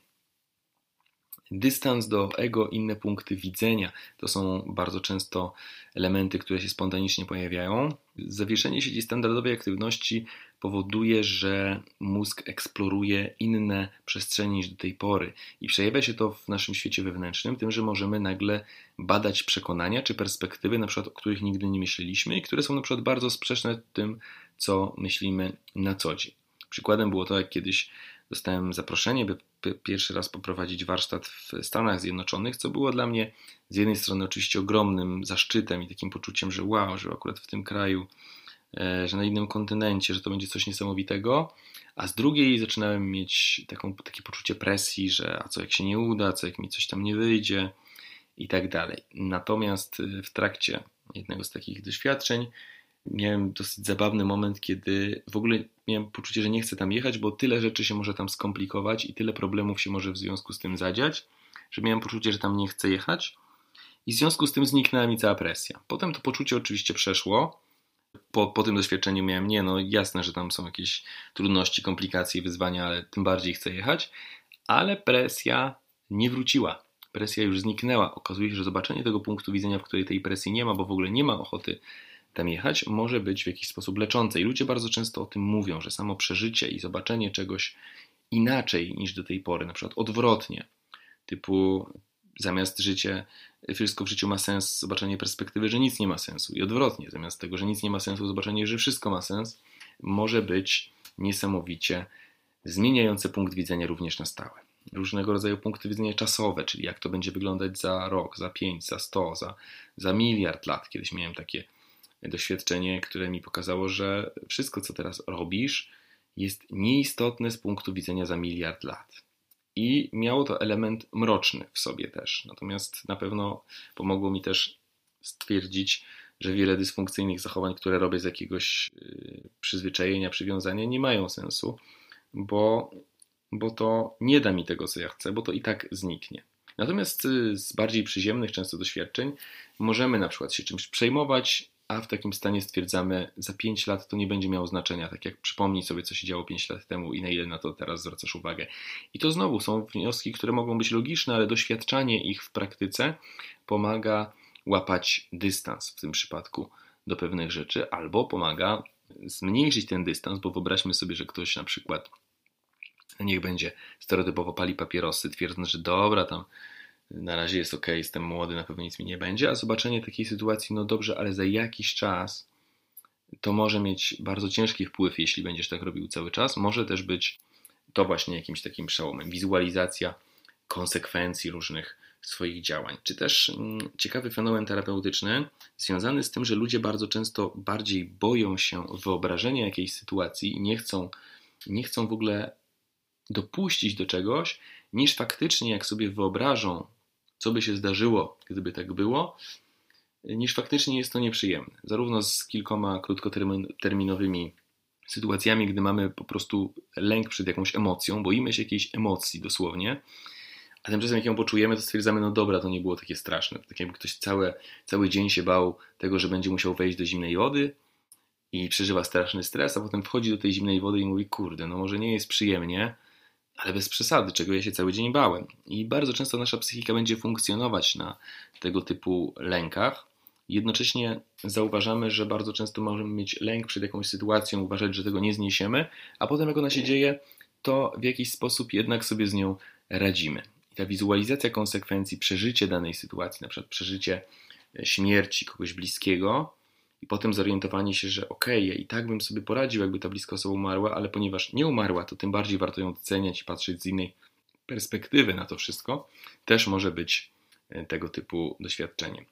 Dystans do ego, inne punkty widzenia to są bardzo często elementy, które się spontanicznie pojawiają. Zawieszenie sieci standardowej aktywności powoduje, że mózg eksploruje inne przestrzenie niż do tej pory i przejawia się to w naszym świecie wewnętrznym tym, że możemy nagle badać przekonania czy perspektywy, na przykład o których nigdy nie myśleliśmy i które są na przykład bardzo sprzeczne z tym, co myślimy na co dzień. Przykładem było to, jak kiedyś dostałem zaproszenie, by pierwszy raz poprowadzić warsztat w Stanach Zjednoczonych, co było dla mnie z jednej strony oczywiście ogromnym zaszczytem i takim poczuciem, że wow, że akurat w tym kraju, że na innym kontynencie, że to będzie coś niesamowitego, a z drugiej zaczynałem mieć taką, takie poczucie presji, że a co jak się nie uda, co jak mi coś tam nie wyjdzie i tak dalej. Natomiast w trakcie jednego z takich doświadczeń miałem dosyć zabawny moment, kiedy w ogóle miałem poczucie, że nie chcę tam jechać, bo tyle rzeczy się może tam skomplikować i tyle problemów się może w związku z tym zadziać, że miałem poczucie, że tam nie chcę jechać i w związku z tym zniknęła mi cała presja. Potem to poczucie oczywiście przeszło. Po, po tym doświadczeniu miałem, nie no jasne, że tam są jakieś trudności, komplikacje, wyzwania, ale tym bardziej chcę jechać, ale presja nie wróciła. Presja już zniknęła. Okazuje się, że zobaczenie tego punktu widzenia, w której tej presji nie ma, bo w ogóle nie ma ochoty tam jechać, może być w jakiś sposób leczące. I ludzie bardzo często o tym mówią, że samo przeżycie i zobaczenie czegoś inaczej niż do tej pory, na przykład odwrotnie, typu zamiast życie, wszystko w życiu ma sens, zobaczenie perspektywy, że nic nie ma sensu. I odwrotnie, zamiast tego, że nic nie ma sensu, zobaczenie, że wszystko ma sens, może być niesamowicie zmieniające punkt widzenia również na stałe. Różnego rodzaju punkty widzenia czasowe, czyli jak to będzie wyglądać za rok, za pięć, za sto, za, za miliard lat. Kiedyś miałem takie doświadczenie, które mi pokazało, że wszystko, co teraz robisz, jest nieistotne z punktu widzenia za miliard lat. I miało to element mroczny w sobie też. Natomiast na pewno pomogło mi też stwierdzić, że wiele dysfunkcyjnych zachowań, które robię z jakiegoś przyzwyczajenia, przywiązania, nie mają sensu, bo, bo to nie da mi tego, co ja chcę, bo to i tak zniknie. Natomiast z bardziej przyziemnych często doświadczeń możemy na przykład się czymś przejmować, a w takim stanie stwierdzamy, za pięć lat to nie będzie miało znaczenia, tak jak przypomnij sobie, co się działo pięć lat temu i na ile na to teraz zwracasz uwagę. I to znowu są wnioski, które mogą być logiczne, ale doświadczanie ich w praktyce pomaga łapać dystans w tym przypadku do pewnych rzeczy, albo pomaga zmniejszyć ten dystans, bo wyobraźmy sobie, że ktoś na przykład, niech będzie stereotypowo pali papierosy, twierdząc, że dobra, tam na razie jest ok, jestem młody, na pewno nic mi nie będzie, a zobaczenie takiej sytuacji, no dobrze, ale za jakiś czas to może mieć bardzo ciężki wpływ, jeśli będziesz tak robił cały czas. Może też być to właśnie jakimś takim przełomem. Wizualizacja konsekwencji różnych swoich działań. Czy też mm, ciekawy fenomen terapeutyczny związany z tym, że ludzie bardzo często bardziej boją się wyobrażenia jakiejś sytuacji i nie chcą, nie chcą w ogóle dopuścić do czegoś, niż faktycznie jak sobie wyobrażą, co by się zdarzyło, gdyby tak było, niż faktycznie jest to nieprzyjemne. Zarówno z kilkoma krótkoterminowymi sytuacjami, gdy mamy po prostu lęk przed jakąś emocją, boimy się jakiejś emocji dosłownie, a tymczasem jak ją poczujemy, to stwierdzamy, no dobra, to nie było takie straszne. Tak jakby ktoś całe, cały dzień się bał tego, że będzie musiał wejść do zimnej wody i przeżywa straszny stres, a potem wchodzi do tej zimnej wody i mówi, kurde, no może nie jest przyjemnie, ale bez przesady, czego ja się cały dzień bałem. I bardzo często nasza psychika będzie funkcjonować na tego typu lękach. Jednocześnie zauważamy, że bardzo często możemy mieć lęk przed jakąś sytuacją, uważać, że tego nie zniesiemy, a potem jak ona się dzieje, to w jakiś sposób jednak sobie z nią radzimy. I ta wizualizacja konsekwencji, przeżycie danej sytuacji, na przykład przeżycie śmierci kogoś bliskiego, i potem zorientowanie się, że okej, okay, ja i tak bym sobie poradził, jakby ta bliska osoba umarła, ale ponieważ nie umarła, to tym bardziej warto ją doceniać i patrzeć z innej perspektywy na to wszystko, też może być tego typu doświadczenie.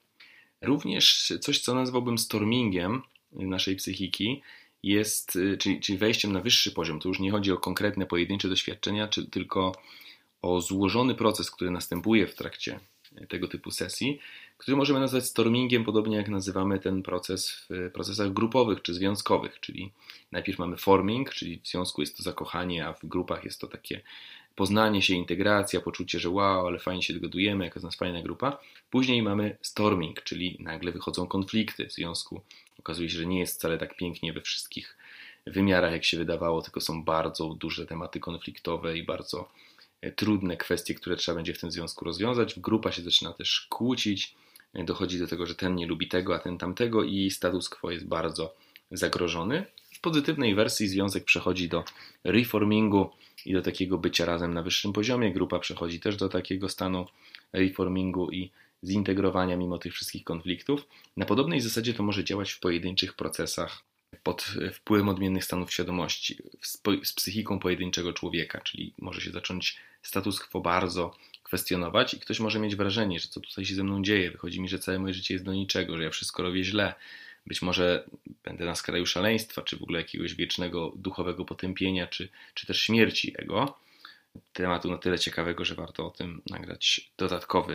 Również coś, co nazwałbym stormingiem naszej psychiki, jest, czyli, czyli wejściem na wyższy poziom. To już nie chodzi o konkretne pojedyncze doświadczenia, czy tylko o złożony proces, który następuje w trakcie tego typu sesji, który możemy nazwać stormingiem, podobnie jak nazywamy ten proces w procesach grupowych czy związkowych, czyli najpierw mamy forming, czyli w związku jest to zakochanie, a w grupach jest to takie poznanie się, integracja, poczucie, że wow, ale fajnie się dogadujemy, jaka z nas fajna grupa. Później mamy storming, czyli nagle wychodzą konflikty w związku. Okazuje się, że nie jest wcale tak pięknie we wszystkich wymiarach, jak się wydawało, tylko są bardzo duże tematy konfliktowe i bardzo trudne kwestie, które trzeba będzie w tym związku rozwiązać. Grupa się zaczyna też kłócić, dochodzi do tego, że ten nie lubi tego, a ten tamtego i status quo jest bardzo zagrożony. W pozytywnej wersji związek przechodzi do reformingu i do takiego bycia razem na wyższym poziomie. Grupa przechodzi też do takiego stanu reformingu i zintegrowania mimo tych wszystkich konfliktów. Na podobnej zasadzie to może działać w pojedynczych procesach pod wpływem odmiennych stanów świadomości, z psychiką pojedynczego człowieka, czyli może się zacząć status quo bardzo kwestionować i ktoś może mieć wrażenie, że co tutaj się ze mną dzieje, wychodzi mi, że całe moje życie jest do niczego, że ja wszystko robię źle, być może będę na skraju szaleństwa, czy w ogóle jakiegoś wiecznego duchowego potępienia, czy, czy też śmierci ego. Tematu na tyle ciekawego, że warto o tym nagrać dodatkowy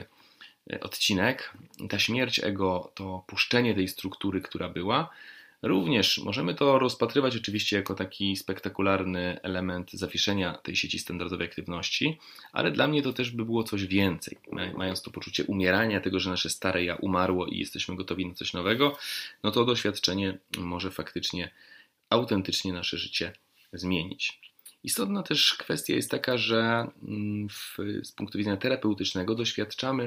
odcinek. Ta śmierć ego, to puszczenie tej struktury, która była, również możemy to rozpatrywać oczywiście jako taki spektakularny element zawieszenia tej sieci standardowej aktywności, ale dla mnie to też by było coś więcej. Mając to poczucie umierania, tego, że nasze stare ja umarło i jesteśmy gotowi na coś nowego, no to doświadczenie może faktycznie autentycznie nasze życie zmienić. Istotna też kwestia jest taka, że w, z punktu widzenia terapeutycznego doświadczamy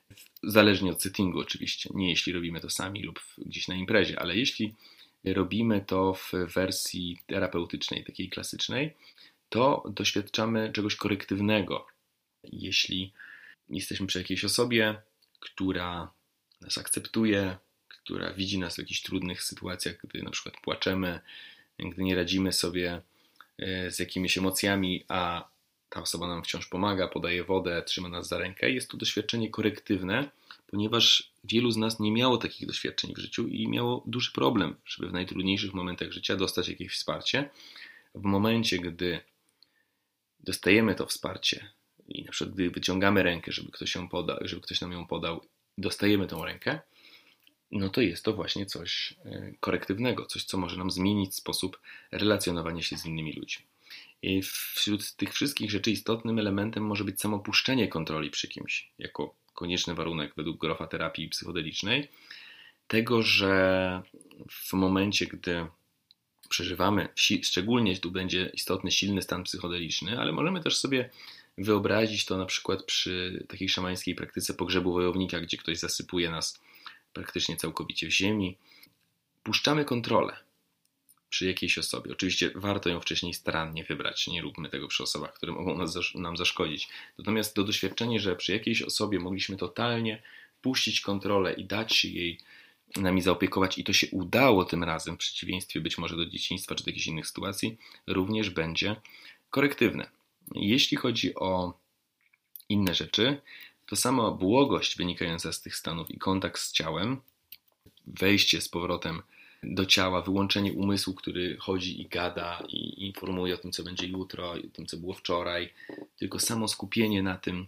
Zależnie od settingu oczywiście, nie jeśli robimy to sami lub gdzieś na imprezie, ale jeśli robimy to w wersji terapeutycznej, takiej klasycznej, to doświadczamy czegoś korektywnego. Jeśli jesteśmy przy jakiejś osobie, która nas akceptuje, która widzi nas w jakichś trudnych sytuacjach, gdy na przykład płaczemy, gdy nie radzimy sobie z jakimiś emocjami, a ta osoba nam wciąż pomaga, podaje wodę, trzyma nas za rękę. Jest to doświadczenie korektywne, ponieważ wielu z nas nie miało takich doświadczeń w życiu i miało duży problem, żeby w najtrudniejszych momentach życia dostać jakieś wsparcie. W momencie, gdy dostajemy to wsparcie i na przykład gdy wyciągamy rękę, żeby ktoś, ją podał, żeby ktoś nam ją podał, dostajemy tą rękę, no to jest to właśnie coś korektywnego, coś, co może nam zmienić sposób relacjonowania się z innymi ludźmi. I wśród tych wszystkich rzeczy istotnym elementem może być samo puszczenie kontroli przy kimś, jako konieczny warunek według Grofa terapii psychodelicznej, tego, że w momencie, gdy przeżywamy, szczególnie tu będzie istotny, silny stan psychodeliczny, ale możemy też sobie wyobrazić to na przykład przy takiej szamańskiej praktyce pogrzebu wojownika, gdzie ktoś zasypuje nas praktycznie całkowicie w ziemi. Puszczamy kontrolę przy jakiejś osobie. Oczywiście warto ją wcześniej starannie wybrać, nie róbmy tego przy osobach, które mogą nas, nam zaszkodzić. Natomiast to doświadczenie, że przy jakiejś osobie mogliśmy totalnie puścić kontrolę i dać się jej nami zaopiekować i to się udało tym razem, w przeciwieństwie być może do dzieciństwa czy do jakichś innych sytuacji, również będzie korektywne. Jeśli chodzi o inne rzeczy, to sama błogość wynikająca z tych stanów i kontakt z ciałem, wejście z powrotem do ciała, wyłączenie umysłu, który chodzi i gada i informuje o tym, co będzie jutro, o tym, co było wczoraj, tylko samo skupienie na tym,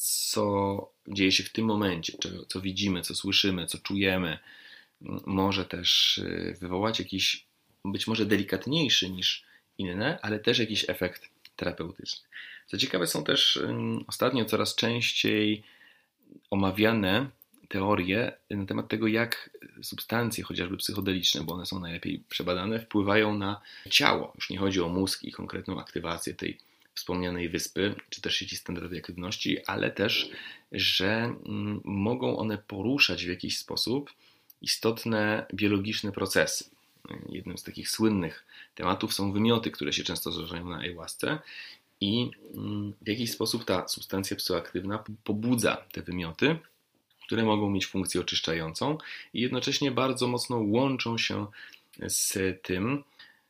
co dzieje się w tym momencie, co widzimy, co słyszymy, co czujemy, może też wywołać jakiś, być może delikatniejszy niż inne, ale też jakiś efekt terapeutyczny. Co ciekawe, są też ostatnio coraz częściej omawiane teorie na temat tego, jak substancje, chociażby psychodeliczne, bo one są najlepiej przebadane, wpływają na ciało. Już nie chodzi o mózg i konkretną aktywację tej wspomnianej wyspy, czy też sieci standardowej aktywności, ale też, że mogą one poruszać w jakiś sposób istotne biologiczne procesy. Jednym z takich słynnych tematów są wymioty, które się często zdarzają na ayahuasce i w jakiś sposób ta substancja psychoaktywna pobudza te wymioty, które mogą mieć funkcję oczyszczającą i jednocześnie bardzo mocno łączą się z tym,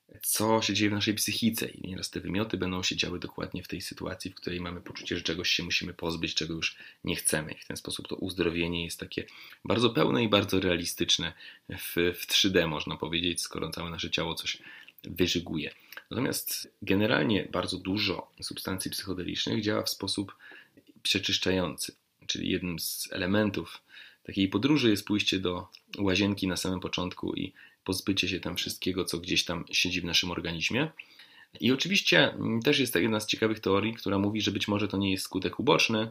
co się dzieje w naszej psychice. I nieraz te wymioty będą się działy dokładnie w tej sytuacji, w której mamy poczucie, że czegoś się musimy pozbyć, czego już nie chcemy. I w ten sposób to uzdrowienie jest takie bardzo pełne i bardzo realistyczne w, w trzy D, można powiedzieć, skoro całe nasze ciało coś wyżyguje. Natomiast generalnie bardzo dużo substancji psychodelicznych działa w sposób przeczyszczający. Czyli jednym z elementów takiej podróży jest pójście do łazienki na samym początku i pozbycie się tam wszystkiego, co gdzieś tam siedzi w naszym organizmie. I oczywiście też jest jedna z ciekawych teorii, która mówi, że być może to nie jest skutek uboczny,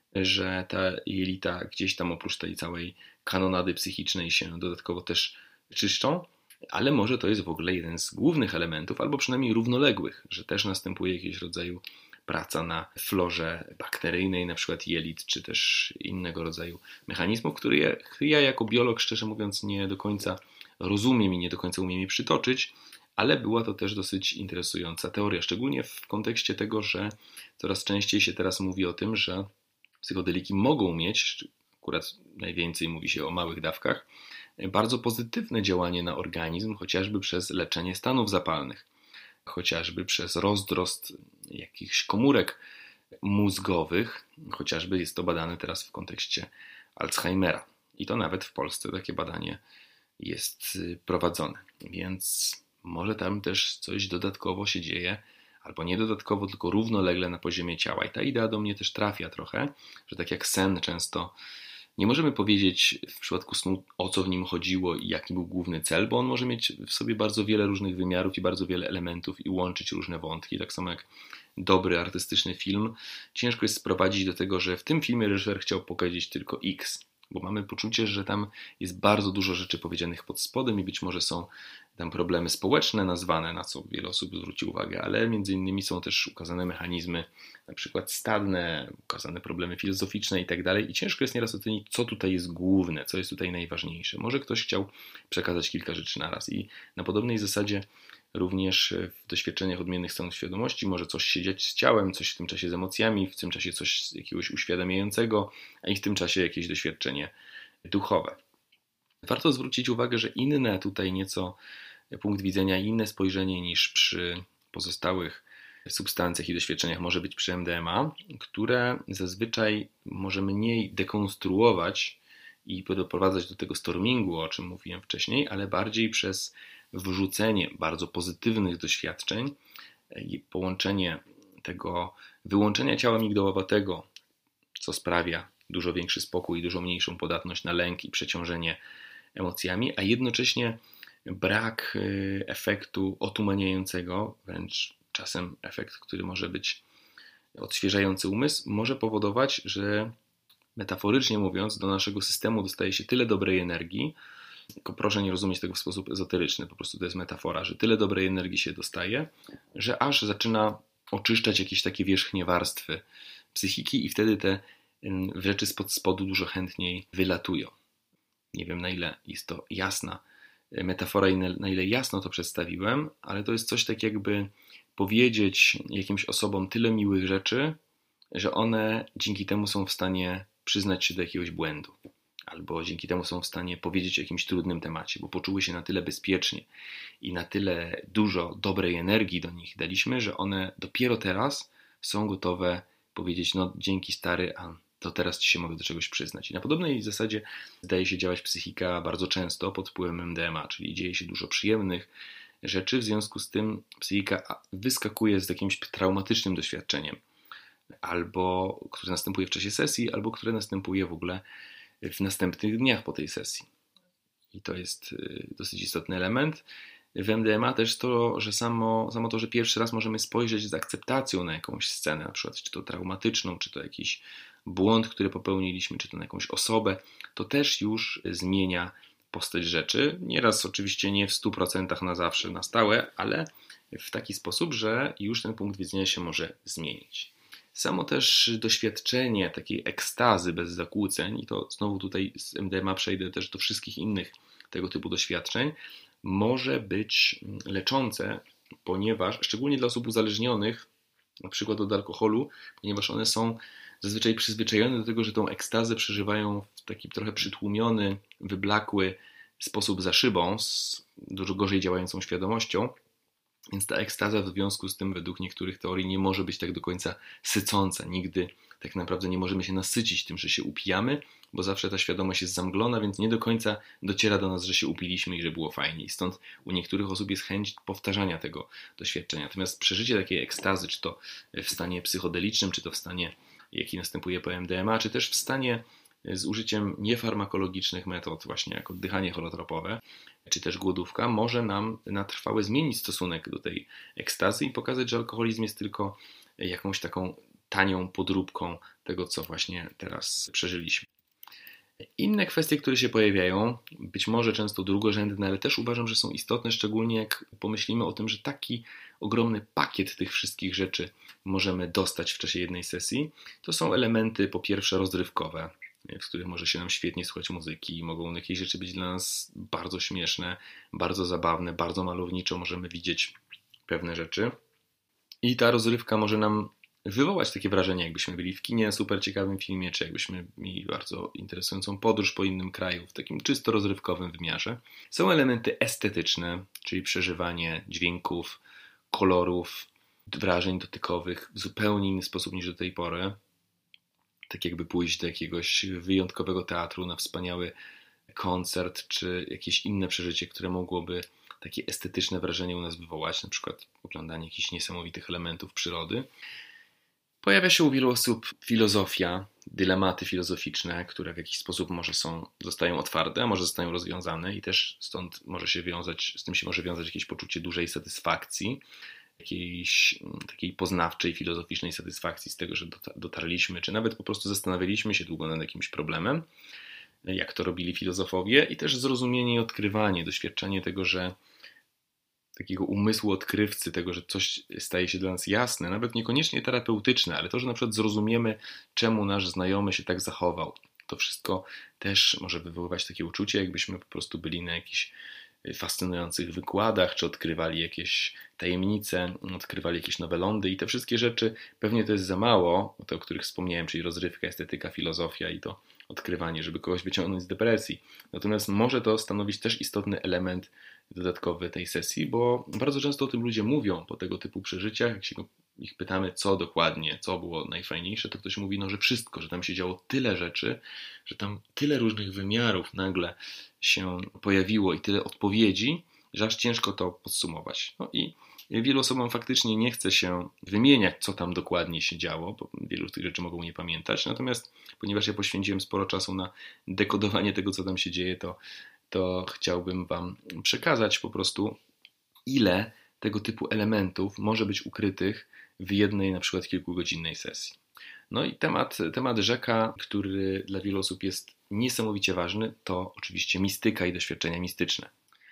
że te jelita gdzieś tam oprócz tej całej kanonady psychicznej się dodatkowo też czyszczą, ale może to jest w ogóle jeden z głównych elementów, albo przynajmniej równoległych, że też następuje jakiegoś rodzaju praca na florze bakteryjnej, na przykład jelit, czy też innego rodzaju mechanizmów, które ja, ja jako biolog, szczerze mówiąc, nie do końca rozumiem i nie do końca umiem je przytoczyć, ale była to też dosyć interesująca teoria, szczególnie w kontekście tego, że coraz częściej się teraz mówi o tym, że psychodeliki mogą mieć, akurat najwięcej mówi się o małych dawkach, bardzo pozytywne działanie na organizm, chociażby przez leczenie stanów zapalnych, chociażby przez rozdrost jakichś komórek mózgowych, chociażby jest to badane teraz w kontekście Alzheimera. I to nawet w Polsce takie badanie jest prowadzone. Więc może tam też coś dodatkowo się dzieje, albo nie dodatkowo, tylko równolegle na poziomie ciała. I ta idea do mnie też trafia trochę, że tak jak sen często nie możemy powiedzieć w przypadku snu, o co w nim chodziło i jaki był główny cel, bo on może mieć w sobie bardzo wiele różnych wymiarów i bardzo wiele elementów i łączyć różne wątki. Tak samo jak dobry, artystyczny film. Ciężko jest sprowadzić do tego, że w tym filmie reżyser chciał pokazać tylko X, bo mamy poczucie, że tam jest bardzo dużo rzeczy powiedzianych pod spodem i być może są tam problemy społeczne nazwane, na co wiele osób zwróci uwagę, ale między innymi są też ukazane mechanizmy na przykład stadne, ukazane problemy filozoficzne i tak dalej i ciężko jest nieraz ocenić, co tutaj jest główne, co jest tutaj najważniejsze. Może ktoś chciał przekazać kilka rzeczy naraz i na podobnej zasadzie również w doświadczeniach odmiennych stanów świadomości może coś się dziać z ciałem, coś w tym czasie z emocjami, w tym czasie coś jakiegoś uświadamiającego, a i w tym czasie jakieś doświadczenie duchowe. Warto zwrócić uwagę, że inne tutaj nieco punkt widzenia, inne spojrzenie niż przy pozostałych substancjach i doświadczeniach może być przy M D M A, które zazwyczaj może mniej dekonstruować i doprowadzać do tego stormingu, o czym mówiłem wcześniej, ale bardziej przez wrzucenie bardzo pozytywnych doświadczeń i połączenie tego wyłączenia ciała migdałowatego, co sprawia dużo większy spokój i dużo mniejszą podatność na lęk i przeciążenie emocjami, a jednocześnie brak efektu otumaniającego, wręcz czasem efekt, który może być odświeżający umysł, może powodować, że metaforycznie mówiąc, do naszego systemu dostaje się tyle dobrej energii, tylko proszę nie rozumieć tego w sposób ezoteryczny, po prostu to jest metafora, że tyle dobrej energii się dostaje, że aż zaczyna oczyszczać jakieś takie wierzchnie warstwy psychiki i wtedy te rzeczy spod spodu dużo chętniej wylatują. Nie wiem, na ile jest to jasna metafora i na ile jasno to przedstawiłem, ale to jest coś tak jakby powiedzieć jakimś osobom tyle miłych rzeczy, że one dzięki temu są w stanie przyznać się do jakiegoś błędu. Albo dzięki temu są w stanie powiedzieć o jakimś trudnym temacie, bo poczuły się na tyle bezpiecznie i na tyle dużo dobrej energii do nich daliśmy, że one dopiero teraz są gotowe powiedzieć, no dzięki stary, a to teraz ci się mogę do czegoś przyznać. I na podobnej zasadzie zdaje się działać psychika bardzo często pod wpływem M D M A, czyli dzieje się dużo przyjemnych rzeczy, w związku z tym psychika wyskakuje z jakimś traumatycznym doświadczeniem, albo które następuje w czasie sesji, albo które następuje w ogóle w następnych dniach po tej sesji. I to jest dosyć istotny element. W M D M A też to, że samo, samo to, że pierwszy raz możemy spojrzeć z akceptacją na jakąś scenę, na przykład czy to traumatyczną, czy to jakiś błąd, który popełniliśmy, czy to na jakąś osobę, to też już zmienia postać rzeczy. Nieraz oczywiście nie w stu procentach na zawsze, na stałe, ale w taki sposób, że już ten punkt widzenia się może zmienić. Samo też doświadczenie takiej ekstazy bez zakłóceń, i to znowu tutaj z M D M A przejdę też do wszystkich innych tego typu doświadczeń, może być leczące, ponieważ, szczególnie dla osób uzależnionych, na przykład od alkoholu, ponieważ one są zazwyczaj przyzwyczajone do tego, że tą ekstazę przeżywają w taki trochę przytłumiony, wyblakły sposób za szybą, z dużo gorzej działającą świadomością. Więc ta ekstaza w związku z tym według niektórych teorii nie może być tak do końca sycąca. Nigdy tak naprawdę nie możemy się nasycić tym, że się upijamy, bo zawsze ta świadomość jest zamglona, więc nie do końca dociera do nas, że się upiliśmy i że było fajnie. I stąd u niektórych osób jest chęć powtarzania tego doświadczenia. Natomiast przeżycie takiej ekstazy, czy to w stanie psychodelicznym, czy to w stanie, jaki następuje po M D M A, czy też w stanie z użyciem niefarmakologicznych metod, właśnie jak oddychanie holotropowe, czy też głodówka, może nam na trwałe zmienić stosunek do tej ekstazy i pokazać, że alkoholizm jest tylko jakąś taką tanią podróbką tego, co właśnie teraz przeżyliśmy. Inne kwestie, które się pojawiają, być może często drugorzędne, ale też uważam, że są istotne, szczególnie jak pomyślimy o tym, że taki ogromny pakiet tych wszystkich rzeczy możemy dostać w czasie jednej sesji, to są elementy po pierwsze rozrywkowe, w których może się nam świetnie słuchać muzyki, mogą jakieś rzeczy być dla nas bardzo śmieszne, bardzo zabawne, bardzo malowniczo możemy widzieć pewne rzeczy i ta rozrywka może nam wywołać takie wrażenie, jakbyśmy byli w kinie, super ciekawym filmie, czy jakbyśmy mieli bardzo interesującą podróż po innym kraju, w takim czysto rozrywkowym wymiarze. Są elementy estetyczne, czyli przeżywanie dźwięków, kolorów, wrażeń dotykowych w zupełnie inny sposób niż do tej pory. Tak jakby pójść do jakiegoś wyjątkowego teatru na wspaniały koncert, czy jakieś inne przeżycie, które mogłoby takie estetyczne wrażenie u nas wywołać, na przykład oglądanie jakichś niesamowitych elementów przyrody. Pojawia się u wielu osób filozofia, dylematy filozoficzne, które w jakiś sposób może są, zostają otwarte, a może zostają rozwiązane i też stąd może się wiązać, z tym się może wiązać jakieś poczucie dużej satysfakcji, jakiejś takiej poznawczej, filozoficznej satysfakcji z tego, że dotarliśmy, czy nawet po prostu zastanawialiśmy się długo nad jakimś problemem. jak to robili filozofowie, i też zrozumienie i odkrywanie, doświadczenie tego, że takiego umysłu odkrywcy, tego, że coś staje się dla nas jasne, nawet niekoniecznie terapeutyczne, ale to, że na przykład zrozumiemy, czemu nasz znajomy się tak zachował. To wszystko też może wywoływać takie uczucie, jakbyśmy po prostu byli na jakichś fascynujących wykładach, czy odkrywali jakieś tajemnice, odkrywali jakieś nowe lądy, i te wszystkie rzeczy pewnie to jest za mało, te, o których wspomniałem, czyli rozrywka, estetyka, filozofia i to odkrywanie, żeby kogoś wyciągnąć z depresji. Natomiast może to stanowić też istotny element dodatkowy tej sesji, bo bardzo często o tym ludzie mówią po tego typu przeżyciach. Jak się ich pytamy, co dokładnie, co było najfajniejsze, to ktoś mówi, no, że wszystko, że tam się działo tyle rzeczy, że tam tyle różnych wymiarów nagle się pojawiło i tyle odpowiedzi, że aż ciężko to podsumować. No i wielu osobom faktycznie nie chce się wymieniać, co tam dokładnie się działo, bo wielu z tych rzeczy mogą nie pamiętać. Natomiast ponieważ ja poświęciłem sporo czasu na dekodowanie tego, co tam się dzieje, to, to chciałbym Wam przekazać po prostu, ile tego typu elementów może być ukrytych w jednej na przykład kilkugodzinnej sesji. No i temat, temat rzeka, który dla wielu osób jest niesamowicie ważny, to oczywiście mistyka i doświadczenia mistyczne.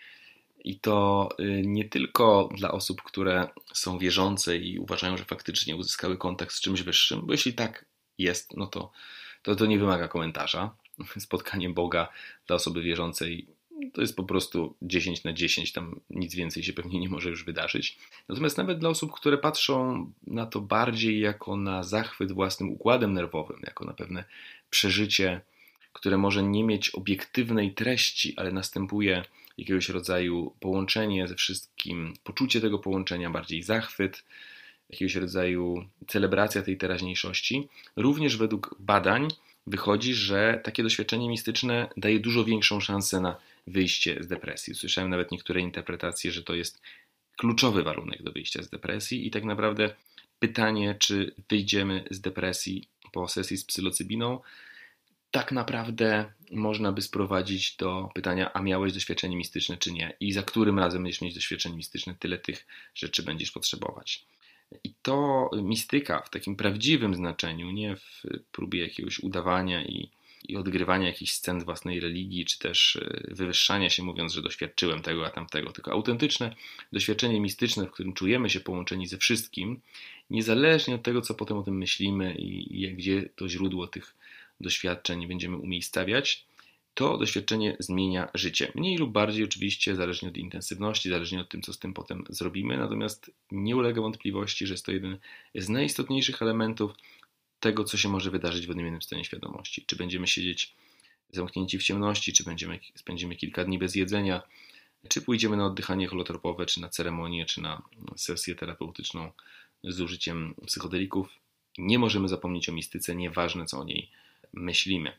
I to nie tylko dla osób, które są wierzące i uważają, że faktycznie uzyskały kontakt z czymś wyższym, bo jeśli tak jest, no to, to, to nie wymaga komentarza. Spotkanie Boga dla osoby wierzącej to jest po prostu dziesięć na dziesięć, tam nic więcej się pewnie nie może już wydarzyć. Natomiast nawet dla osób, które patrzą na to bardziej jako na zachwyt własnym układem nerwowym, jako na pewne przeżycie, które może nie mieć obiektywnej treści, ale następuje jakiegoś rodzaju połączenie ze wszystkim, poczucie tego połączenia, bardziej zachwyt, jakiegoś rodzaju celebracja tej teraźniejszości. Również według badań wychodzi, że takie doświadczenie mistyczne daje dużo większą szansę na wyjście z depresji. Słyszałem nawet niektóre interpretacje, że to jest kluczowy warunek do wyjścia z depresji i tak naprawdę pytanie, czy wyjdziemy z depresji po sesji z psylocybiną, tak naprawdę można by sprowadzić do pytania, a miałeś doświadczenie mistyczne czy nie, i za którym razem będziesz mieć doświadczenie mistyczne, tyle tych rzeczy będziesz potrzebować. I to mistyka w takim prawdziwym znaczeniu, nie w próbie jakiegoś udawania i, i odgrywania jakichś scen własnej religii, czy też wywyższania się, mówiąc, że doświadczyłem tego, a tamtego, tylko autentyczne doświadczenie mistyczne, w którym czujemy się połączeni ze wszystkim, niezależnie od tego, co potem o tym myślimy i, i gdzie to źródło tych doświadczeń będziemy umiejscawiać, to doświadczenie zmienia życie. Mniej lub bardziej oczywiście, zależnie od intensywności, zależnie od tym, co z tym potem zrobimy, natomiast nie ulega wątpliwości, że jest to jeden z najistotniejszych elementów tego, co się może wydarzyć w odmiennym stanie świadomości. Czy będziemy siedzieć zamknięci w ciemności, czy będziemy, spędzimy kilka dni bez jedzenia, czy pójdziemy na oddychanie holotropowe, czy na ceremonię, czy na sesję terapeutyczną z użyciem psychodelików. Nie możemy zapomnieć o mistyce, nieważne co o niej myślimy.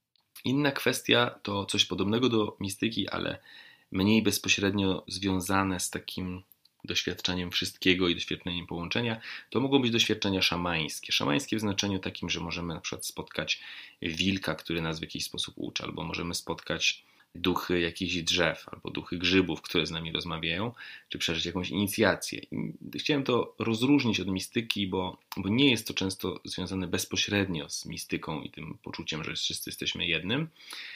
Inna kwestia to coś podobnego do mistyki, ale mniej bezpośrednio związane z takim doświadczeniem wszystkiego i doświadczeniem połączenia, to mogą być doświadczenia szamańskie. Szamańskie w znaczeniu takim, że możemy na przykład spotkać wilka, który nas w jakiś sposób uczy, albo możemy spotkać duchy jakichś drzew, albo duchy grzybów, które z nami rozmawiają, czy przeżyć jakąś inicjację. I chciałem to rozróżnić od mistyki, bo, bo nie jest to często związane bezpośrednio z mistyką i tym poczuciem, że wszyscy jesteśmy jednym,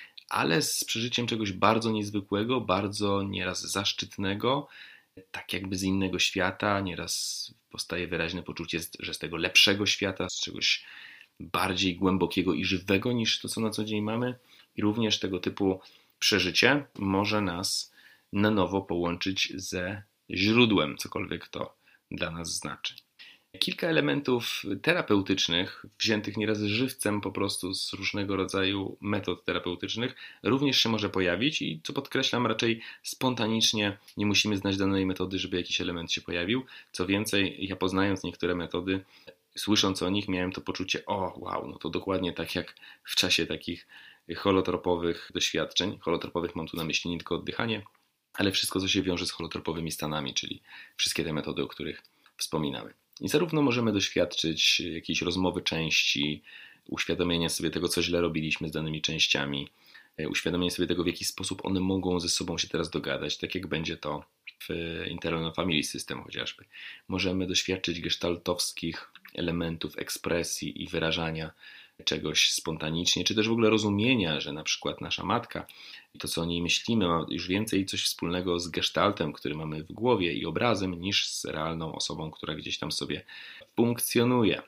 ale z przeżyciem czegoś bardzo niezwykłego, bardzo nieraz zaszczytnego, tak jakby z innego świata. Nieraz powstaje wyraźne poczucie, że z tego lepszego świata, z czegoś bardziej głębokiego i żywego niż to, co na co dzień mamy. I również tego typu przeżycie może nas na nowo połączyć ze źródłem, cokolwiek to dla nas znaczy. Kilka elementów terapeutycznych, wziętych nieraz żywcem po prostu z różnego rodzaju metod terapeutycznych, również się może pojawić i, co podkreślam, raczej spontanicznie, nie musimy znać danej metody, żeby jakiś element się pojawił. Co więcej, ja poznając niektóre metody, słysząc o nich, miałem to poczucie, o wow, no to dokładnie tak jak w czasie takich holotropowych doświadczeń. Holotropowych mam tu na myśli nie tylko oddychanie, ale wszystko, co się wiąże z holotropowymi stanami, czyli wszystkie te metody, o których wspominamy. I zarówno możemy doświadczyć jakiejś rozmowy części, uświadomienia sobie tego, co źle robiliśmy z danymi częściami, uświadomienia sobie tego, w jaki sposób one mogą ze sobą się teraz dogadać, tak jak będzie to w Internal Family System chociażby. Możemy doświadczyć gestaltowskich elementów ekspresji i wyrażania czegoś spontanicznie, czy też w ogóle rozumienia, że na przykład nasza matka i to, co o niej myślimy, ma już więcej coś wspólnego z gestaltem, który mamy w głowie i obrazem, niż z realną osobą, która gdzieś tam sobie funkcjonuje.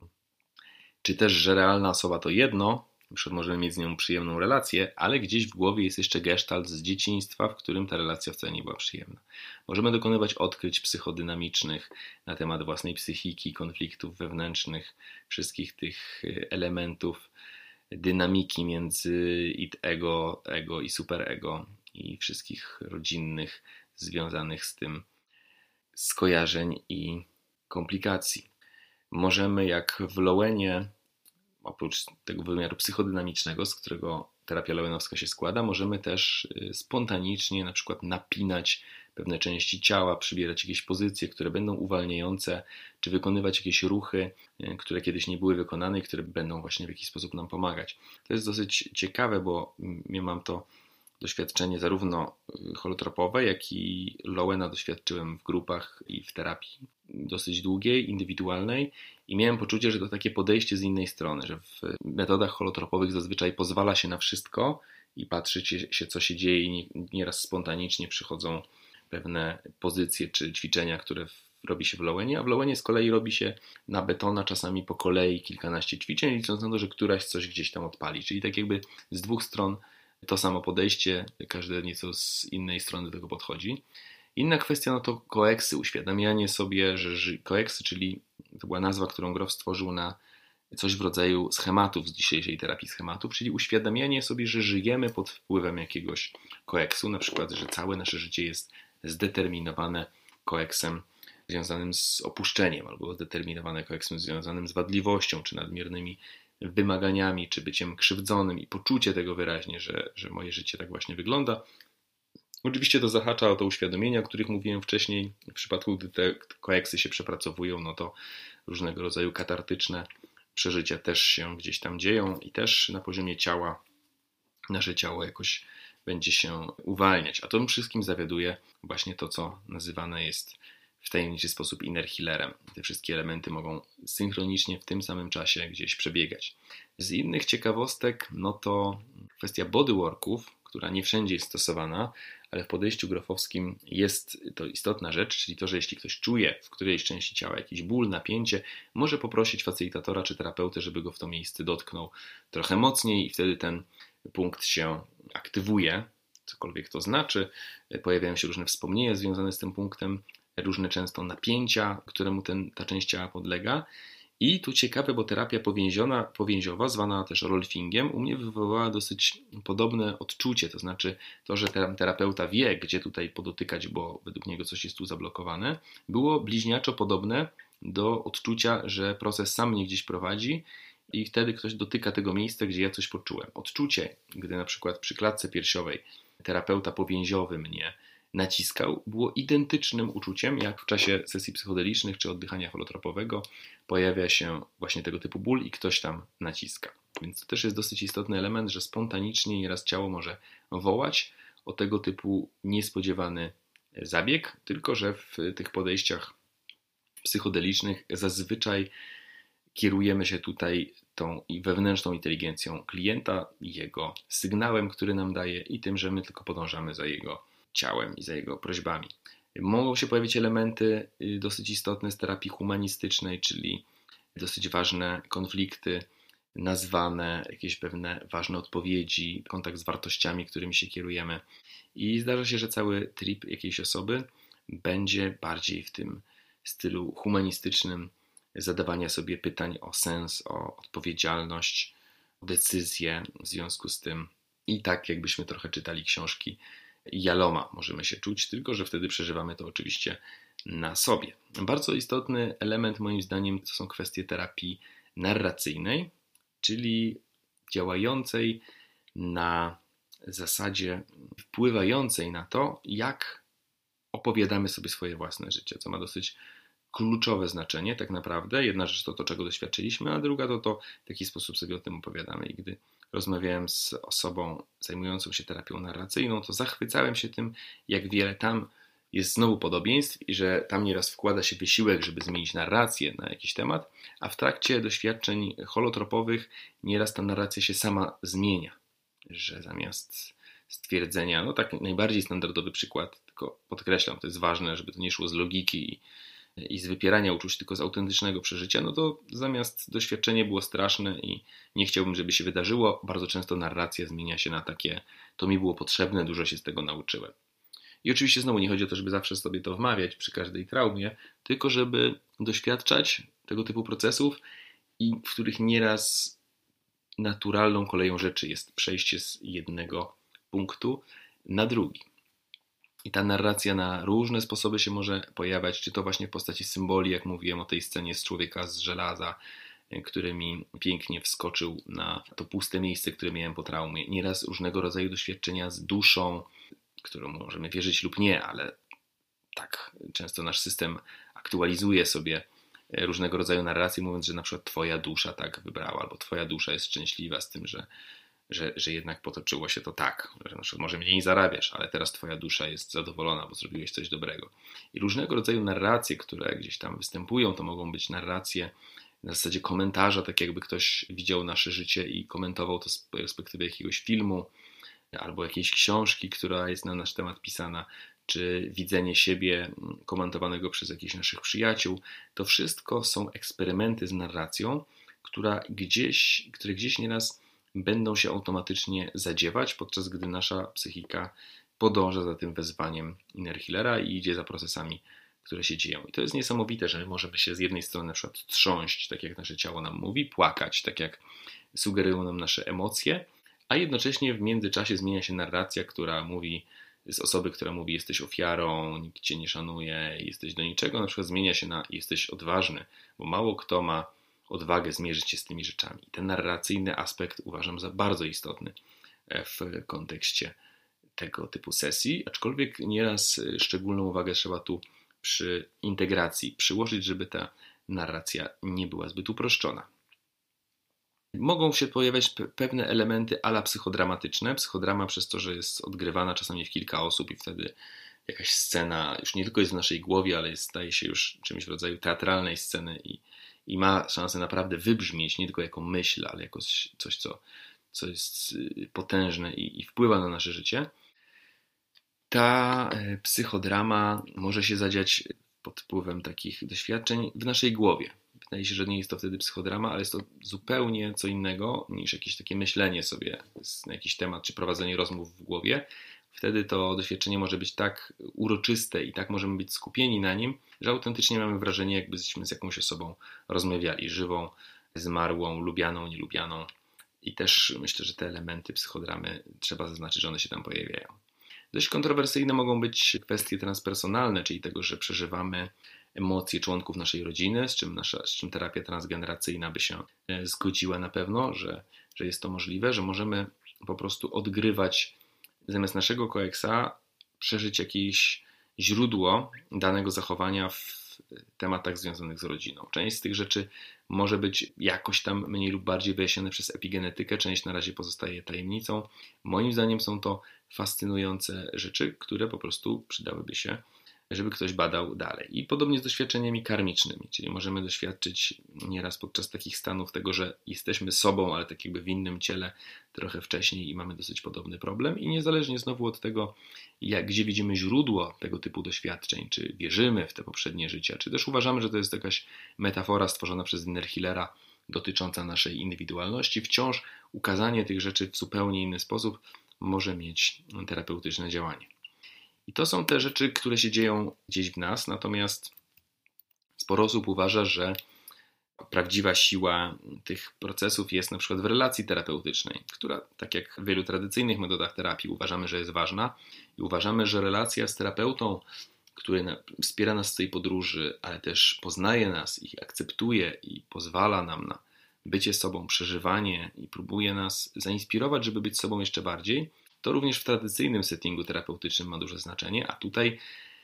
Czy też, że realna osoba to jedno, na przykład możemy mieć z nią przyjemną relację, ale gdzieś w głowie jest jeszcze gestalt z dzieciństwa, w którym ta relacja wcale nie była przyjemna. Możemy dokonywać odkryć psychodynamicznych na temat własnej psychiki, konfliktów wewnętrznych, wszystkich tych elementów dynamiki między id ego, ego i superego i wszystkich rodzinnych związanych z tym skojarzeń i komplikacji. Możemy jak w Lowenie, oprócz tego wymiaru psychodynamicznego, z którego terapia lowenowska się składa, możemy też spontanicznie na przykład napinać pewne części ciała, przybierać jakieś pozycje, które będą uwalniające, czy wykonywać jakieś ruchy, które kiedyś nie były wykonane i które będą właśnie w jakiś sposób nam pomagać. To jest dosyć ciekawe, bo ja mam to doświadczenie zarówno holotropowe, jak i Lowena doświadczyłem w grupach i w terapii dosyć długiej, indywidualnej i miałem poczucie, że to takie podejście z innej strony, że w metodach holotropowych zazwyczaj pozwala się na wszystko i patrzy się, co się dzieje i nieraz spontanicznie przychodzą pewne pozycje czy ćwiczenia, które robi się w Lowenie, a w Lowenie z kolei robi się na betona czasami po kolei kilkanaście ćwiczeń, licząc na to, że któraś coś gdzieś tam odpali, czyli tak jakby z dwóch stron to samo podejście, każde nieco z innej strony do tego podchodzi. Inna kwestia no to koeksy, uświadamianie sobie, że ży... koeksy, czyli to była nazwa, którą Grof stworzył na coś w rodzaju schematów z dzisiejszej terapii schematów, czyli uświadamianie sobie, że żyjemy pod wpływem jakiegoś koeksu, na przykład, że całe nasze życie jest zdeterminowane koeksem związanym z opuszczeniem, albo zdeterminowane koeksem związanym z wadliwością, czy nadmiernymi wymaganiami, czy byciem krzywdzonym i poczucie tego wyraźnie, że, że moje życie tak właśnie wygląda. Oczywiście to zahacza o te uświadomienia, o których mówiłem wcześniej. W przypadku, gdy te koeksy się przepracowują, no to różnego rodzaju katartyczne przeżycia też się gdzieś tam dzieją i też na poziomie ciała nasze ciało jakoś będzie się uwalniać. A tym wszystkim zawiaduje właśnie to, co nazywane jest w tajemniczy sposób inner healerem. Te wszystkie elementy mogą synchronicznie w tym samym czasie gdzieś przebiegać. Z innych ciekawostek, no to kwestia bodyworków, która nie wszędzie jest stosowana, ale w podejściu grofowskim jest to istotna rzecz, czyli to, że jeśli ktoś czuje w którejś części ciała jakiś ból, napięcie, może poprosić facylitatora czy terapeutę, żeby go w to miejsce dotknął trochę mocniej i wtedy ten punkt się aktywuje, cokolwiek to znaczy. Pojawiają się różne wspomnienia związane z tym punktem, różne często napięcia, któremu ten, ta część ciała podlega. I tu ciekawe, bo terapia powięziona, powięziowa, zwana też rolfingiem, u mnie wywołała dosyć podobne odczucie, to znaczy to, że terapeuta wie, gdzie tutaj podotykać, bo według niego coś jest tu zablokowane, było bliźniaczo podobne do odczucia, że proces sam mnie gdzieś prowadzi i wtedy ktoś dotyka tego miejsca, gdzie ja coś poczułem. Odczucie, gdy na przykład przy klatce piersiowej terapeuta powięziowy mnie naciskał, było identycznym uczuciem, jak w czasie sesji psychodelicznych czy oddychania holotropowego pojawia się właśnie tego typu ból i ktoś tam naciska. Więc to też jest dosyć istotny element, że spontanicznie nieraz ciało może wołać o tego typu niespodziewany zabieg, tylko że w tych podejściach psychodelicznych zazwyczaj kierujemy się tutaj tą wewnętrzną inteligencją klienta, jego sygnałem, który nam daje i tym, że my tylko podążamy za jego ciałem i za jego prośbami. Mogą się pojawić elementy dosyć istotne z terapii humanistycznej, czyli dosyć ważne konflikty, nazwane, jakieś pewne ważne odpowiedzi, kontakt z wartościami, którymi się kierujemy. I zdarza się, że cały trip jakiejś osoby będzie bardziej w tym stylu humanistycznym zadawania sobie pytań o sens, o odpowiedzialność, o decyzję w związku z tym. I tak jakbyśmy trochę czytali książki Jaloma możemy się czuć, tylko że wtedy przeżywamy to oczywiście na sobie. Bardzo istotny element moim zdaniem to są kwestie terapii narracyjnej, czyli działającej na zasadzie wpływającej na to, jak opowiadamy sobie swoje własne życie, co ma dosyć kluczowe znaczenie tak naprawdę. Jedna rzecz to to, czego doświadczyliśmy, a druga to to, w jaki sposób sobie o tym opowiadamy. I gdy rozmawiałem z osobą zajmującą się terapią narracyjną, to zachwycałem się tym, jak wiele tam jest znowu podobieństw i że tam nieraz wkłada się wysiłek, żeby zmienić narrację na jakiś temat, a w trakcie doświadczeń holotropowych nieraz ta narracja się sama zmienia, że zamiast stwierdzenia, no tak najbardziej standardowy przykład, tylko podkreślam, to jest ważne, żeby to nie szło z logiki i, i z wypierania uczuć, tylko z autentycznego przeżycia, no to zamiast doświadczenie było straszne i nie chciałbym, żeby się wydarzyło, bardzo często narracja zmienia się na takie, to mi było potrzebne, dużo się z tego nauczyłem. I oczywiście znowu nie chodzi o to, żeby zawsze sobie to wmawiać przy każdej traumie, tylko żeby doświadczać tego typu procesów, i w których nieraz naturalną koleją rzeczy jest przejście z jednego punktu na drugi. I ta narracja na różne sposoby się może pojawiać, czy to właśnie w postaci symboli, jak mówiłem o tej scenie z Człowieka z żelaza, który mi pięknie wskoczył na to puste miejsce, które miałem po traumie. Nieraz różnego rodzaju doświadczenia z duszą, którą możemy wierzyć lub nie, ale tak często nasz system aktualizuje sobie różnego rodzaju narracje, mówiąc, że na przykład twoja dusza tak wybrała, albo twoja dusza jest szczęśliwa z tym, że, że, że jednak potoczyło się to tak, że na przykład może mniej zarabiasz, ale teraz twoja dusza jest zadowolona, bo zrobiłeś coś dobrego. I różnego rodzaju narracje, które gdzieś tam występują, to mogą być narracje na zasadzie komentarza, tak jakby ktoś widział nasze życie i komentował to z perspektywy jakiegoś filmu, albo jakiejś książki, która jest na nasz temat pisana, czy widzenie siebie komentowanego przez jakichś naszych przyjaciół. To wszystko są eksperymenty z narracją, która gdzieś, które gdzieś nieraz będą się automatycznie zadziewać, podczas gdy nasza psychika podąża za tym wezwaniem inner healera i idzie za procesami, które się dzieją. I to jest niesamowite, że my możemy się z jednej strony na przykład trząść, tak jak nasze ciało nam mówi, płakać, tak jak sugerują nam nasze emocje, a jednocześnie w międzyczasie zmienia się narracja, która mówi, z osoby, która mówi, jesteś ofiarą, nikt cię nie szanuje, jesteś do niczego, na przykład zmienia się na jesteś odważny, bo mało kto ma odwagę zmierzyć się z tymi rzeczami. Ten narracyjny aspekt uważam za bardzo istotny w kontekście tego typu sesji, aczkolwiek nieraz szczególną uwagę trzeba tu przy integracji przyłożyć, żeby ta narracja nie była zbyt uproszczona. Mogą się pojawiać pewne elementy ala psychodramatyczne. Psychodrama przez to, że jest odgrywana czasami w kilka osób i wtedy jakaś scena już nie tylko jest w naszej głowie, ale jest, staje się już czymś w rodzaju teatralnej sceny i, i ma szansę naprawdę wybrzmieć nie tylko jako myśl, ale jako coś, co, co jest potężne i, i wpływa na nasze życie. Ta psychodrama może się zadziać pod wpływem takich doświadczeń w naszej głowie. Wydaje się, że nie jest to wtedy psychodrama, ale jest to zupełnie co innego niż jakieś takie myślenie sobie na jakiś temat, czy prowadzenie rozmów w głowie. Wtedy to doświadczenie może być tak uroczyste i tak możemy być skupieni na nim, że autentycznie mamy wrażenie, jakbyśmy z jakąś osobą rozmawiali, żywą, zmarłą, lubianą, nielubianą. I też myślę, że te elementy psychodramy trzeba zaznaczyć, że one się tam pojawiają. Dość kontrowersyjne mogą być kwestie transpersonalne, czyli tego, że przeżywamy emocje członków naszej rodziny, z czym, nasza, z czym terapia transgeneracyjna by się zgodziła na pewno, że, że jest to możliwe, że możemy po prostu odgrywać zamiast naszego koeksa, przeżyć jakieś źródło danego zachowania w tematach związanych z rodziną. Część z tych rzeczy może być jakoś tam mniej lub bardziej wyjaśnione przez epigenetykę, część na razie pozostaje tajemnicą. Moim zdaniem są to fascynujące rzeczy, które po prostu przydałyby się, żeby ktoś badał dalej. I podobnie z doświadczeniami karmicznymi, czyli możemy doświadczyć nieraz podczas takich stanów tego, że jesteśmy sobą, ale tak jakby w innym ciele trochę wcześniej i mamy dosyć podobny problem. I niezależnie znowu od tego, jak, gdzie widzimy źródło tego typu doświadczeń, czy wierzymy w te poprzednie życia, czy też uważamy, że to jest jakaś metafora stworzona przez inner healera dotycząca naszej indywidualności, wciąż ukazanie tych rzeczy w zupełnie inny sposób może mieć terapeutyczne działanie. I to są te rzeczy, które się dzieją gdzieś w nas, natomiast sporo osób uważa, że prawdziwa siła tych procesów jest na przykład w relacji terapeutycznej, która, tak jak w wielu tradycyjnych metodach terapii, uważamy, że jest ważna i uważamy, że relacja z terapeutą, który wspiera nas w tej podróży, ale też poznaje nas i akceptuje i pozwala nam na bycie sobą, przeżywanie i próbuje nas zainspirować, żeby być sobą jeszcze bardziej, to również w tradycyjnym settingu terapeutycznym ma duże znaczenie, a tutaj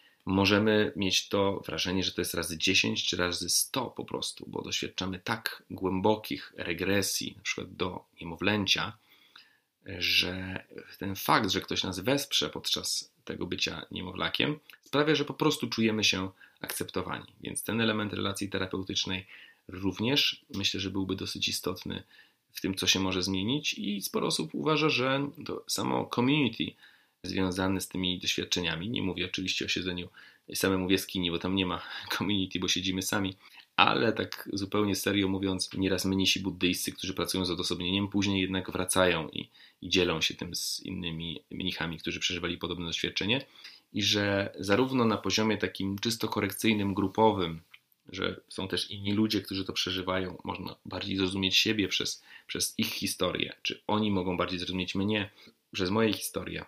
możemy mieć to wrażenie, że to jest razy dziesięć czy razy sto po prostu, bo doświadczamy tak głębokich regresji, na przykład do niemowlęcia, że ten fakt, że ktoś nas wesprze podczas tego bycia niemowlakiem, sprawia, że po prostu czujemy się akceptowani. Więc ten element relacji terapeutycznej również myślę, że byłby dosyć istotny w tym, co się może zmienić, i sporo osób uważa, że to samo community związane z tymi doświadczeniami, nie mówię oczywiście o siedzeniu samemu w jaskini, bo tam nie ma community, bo siedzimy sami, ale tak zupełnie serio mówiąc, nieraz mnisi buddyjscy, którzy pracują z odosobnieniem, później jednak wracają i, i dzielą się tym z innymi mnichami, którzy przeżywali podobne doświadczenie, i że zarówno na poziomie takim czysto korekcyjnym, grupowym, że są też inni ludzie, którzy to przeżywają, można bardziej zrozumieć siebie przez, przez ich historię, czy oni mogą bardziej zrozumieć mnie przez moje historie,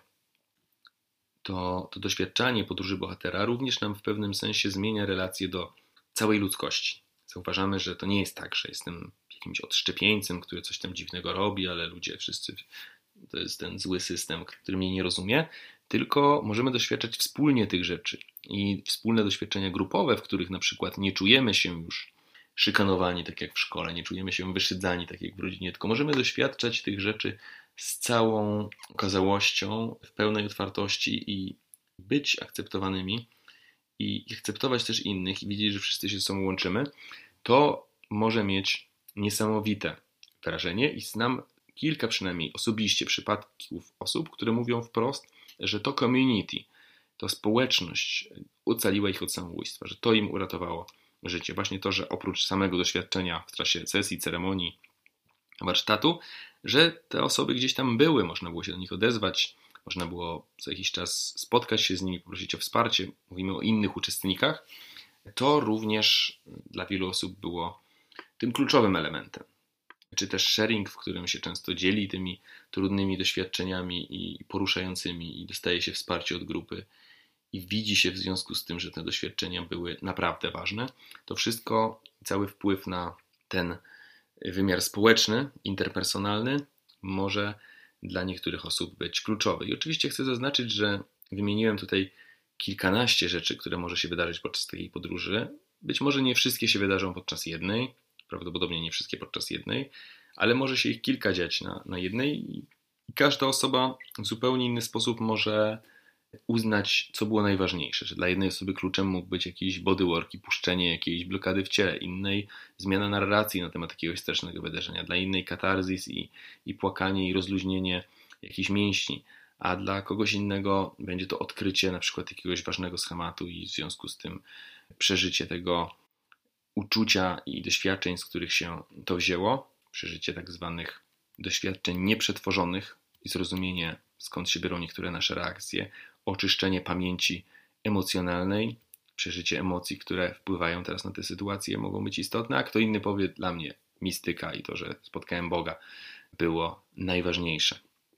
to, to doświadczanie podróży bohatera również nam w pewnym sensie zmienia relacje do całej ludzkości. Zauważamy, że to nie jest tak, że jestem jakimś odszczepieńcem, który coś tam dziwnego robi, ale ludzie wszyscy, to jest ten zły system, który mnie nie rozumie, tylko możemy doświadczać wspólnie tych rzeczy. I wspólne doświadczenia grupowe, w których na przykład nie czujemy się już szykanowani, tak jak w szkole, nie czujemy się wyszydzani, tak jak w rodzinie, tylko możemy doświadczać tych rzeczy z całą okazałością, w pełnej otwartości i być akceptowanymi i akceptować też innych i widzieć, że wszyscy się ze sobą łączymy, to może mieć niesamowite wrażenie i znam kilka przynajmniej osobiście przypadków osób, które mówią wprost, że to community, to społeczność ocaliła ich od samobójstwa, że to im uratowało życie. Właśnie to, że oprócz samego doświadczenia w czasie sesji, ceremonii, warsztatu, że te osoby gdzieś tam były, można było się do nich odezwać, można było co jakiś czas spotkać się z nimi, poprosić o wsparcie. Mówimy o innych uczestnikach. To również dla wielu osób było tym kluczowym elementem. Czy też sharing, w którym się często dzieli tymi trudnymi doświadczeniami i poruszającymi i dostaje się wsparcie od grupy i widzi się w związku z tym, że te doświadczenia były naprawdę ważne. To wszystko, cały wpływ na ten wymiar społeczny, interpersonalny może dla niektórych osób być kluczowy. I oczywiście chcę zaznaczyć, że wymieniłem tutaj kilkanaście rzeczy, które może się wydarzyć podczas takiej podróży. Być może nie wszystkie się wydarzą podczas jednej, prawdopodobnie nie wszystkie podczas jednej, ale może się ich kilka dziać na, na jednej i każda osoba w zupełnie inny sposób może uznać, co było najważniejsze, że dla jednej osoby kluczem mógł być jakiś bodywork i puszczenie jakiejś blokady w ciele, innej zmiana narracji na temat jakiegoś strasznego wydarzenia, dla innej katarzis i, i płakanie i rozluźnienie jakichś mięśni, a dla kogoś innego będzie to odkrycie na przykład jakiegoś ważnego schematu i w związku z tym przeżycie tego uczucia i doświadczeń, z których się to wzięło, przeżycie tak zwanych doświadczeń nieprzetworzonych i zrozumienie, skąd się biorą niektóre nasze reakcje, oczyszczenie pamięci emocjonalnej, przeżycie emocji, które wpływają teraz na te sytuacje, mogą być istotne, a kto inny powie, dla mnie mistyka i to, że spotkałem Boga, było najważniejsze.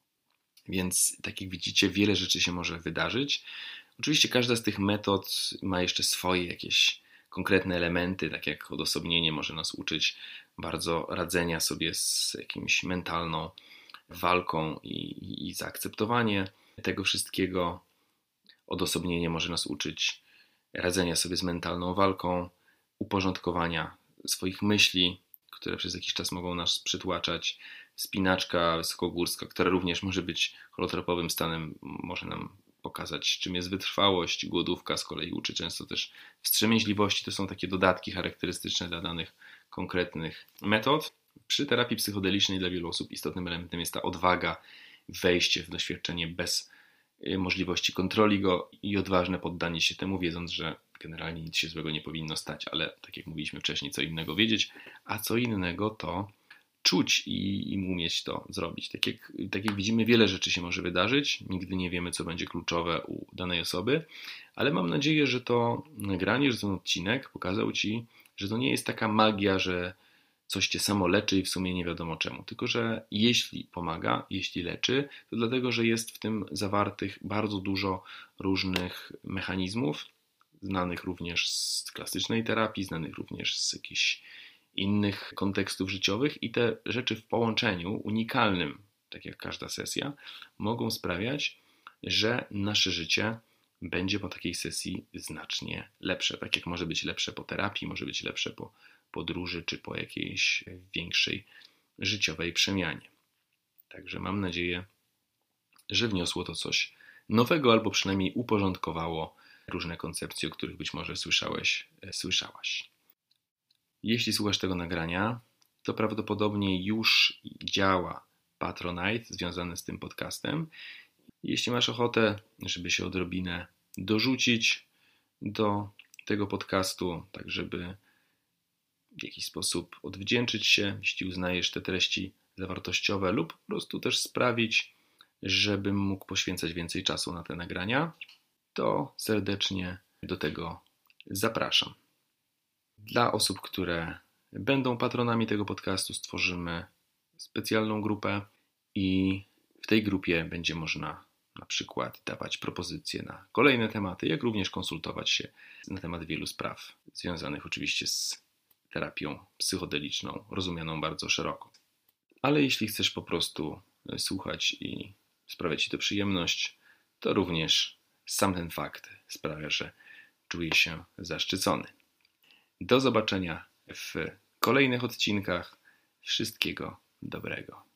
Więc tak jak widzicie, wiele rzeczy się może wydarzyć. Oczywiście każda z tych metod ma jeszcze swoje jakieś konkretne elementy, tak jak odosobnienie może nas uczyć bardzo radzenia sobie z jakimś mentalną walką i, i, i zaakceptowanie tego wszystkiego. Odosobnienie może nas uczyć radzenia sobie z mentalną walką, uporządkowania swoich myśli, które przez jakiś czas mogą nas przytłaczać. Wspinaczka wysokogórska, która również może być holotropowym stanem, może nam pokazać, czym jest wytrwałość. Głodówka z kolei uczy często też wstrzemięźliwości. To są takie dodatki charakterystyczne dla danych konkretnych metod. Przy terapii psychodelicznej dla wielu osób istotnym elementem jest ta odwaga, wejście w doświadczenie bez możliwości kontroli go i odważne poddanie się temu, wiedząc, że generalnie nic się złego nie powinno stać, ale tak jak mówiliśmy wcześniej, co innego wiedzieć, a co innego to czuć i, i umieć to zrobić. Tak jak, tak jak widzimy, wiele rzeczy się może wydarzyć, nigdy nie wiemy, co będzie kluczowe u danej osoby, ale mam nadzieję, że to nagranie, że ten odcinek pokazał Ci, że to nie jest taka magia, że coś Cię samo leczy i w sumie nie wiadomo czemu, tylko że jeśli pomaga, jeśli leczy, to dlatego, że jest w tym zawartych bardzo dużo różnych mechanizmów, znanych również z klasycznej terapii, znanych również z jakichś innych kontekstów życiowych i te rzeczy w połączeniu unikalnym, tak jak każda sesja, mogą sprawiać, że nasze życie będzie po takiej sesji znacznie lepsze. Tak jak może być lepsze po terapii, może być lepsze po podróży czy po jakiejś większej życiowej przemianie. Także mam nadzieję, że wniosło to coś nowego albo przynajmniej uporządkowało różne koncepcje, o których być może słyszałeś, słyszałaś. Jeśli słuchasz tego nagrania, to prawdopodobnie już działa Patronite związany z tym podcastem. Jeśli masz ochotę, żeby się odrobinę dorzucić do tego podcastu, tak żeby w jakiś sposób odwdzięczyć się, jeśli uznajesz te treści za wartościowe, lub po prostu też sprawić, żebym mógł poświęcać więcej czasu na te nagrania, to serdecznie do tego zapraszam. Dla osób, które będą patronami tego podcastu, stworzymy specjalną grupę i w tej grupie będzie można na przykład dawać propozycje na kolejne tematy, jak również konsultować się na temat wielu spraw związanych oczywiście z terapią psychodeliczną, rozumianą bardzo szeroko. Ale jeśli chcesz po prostu słuchać i sprawia Ci to przyjemność, to również sam ten fakt sprawia, że czuję się zaszczycony. Do zobaczenia w kolejnych odcinkach. Wszystkiego dobrego.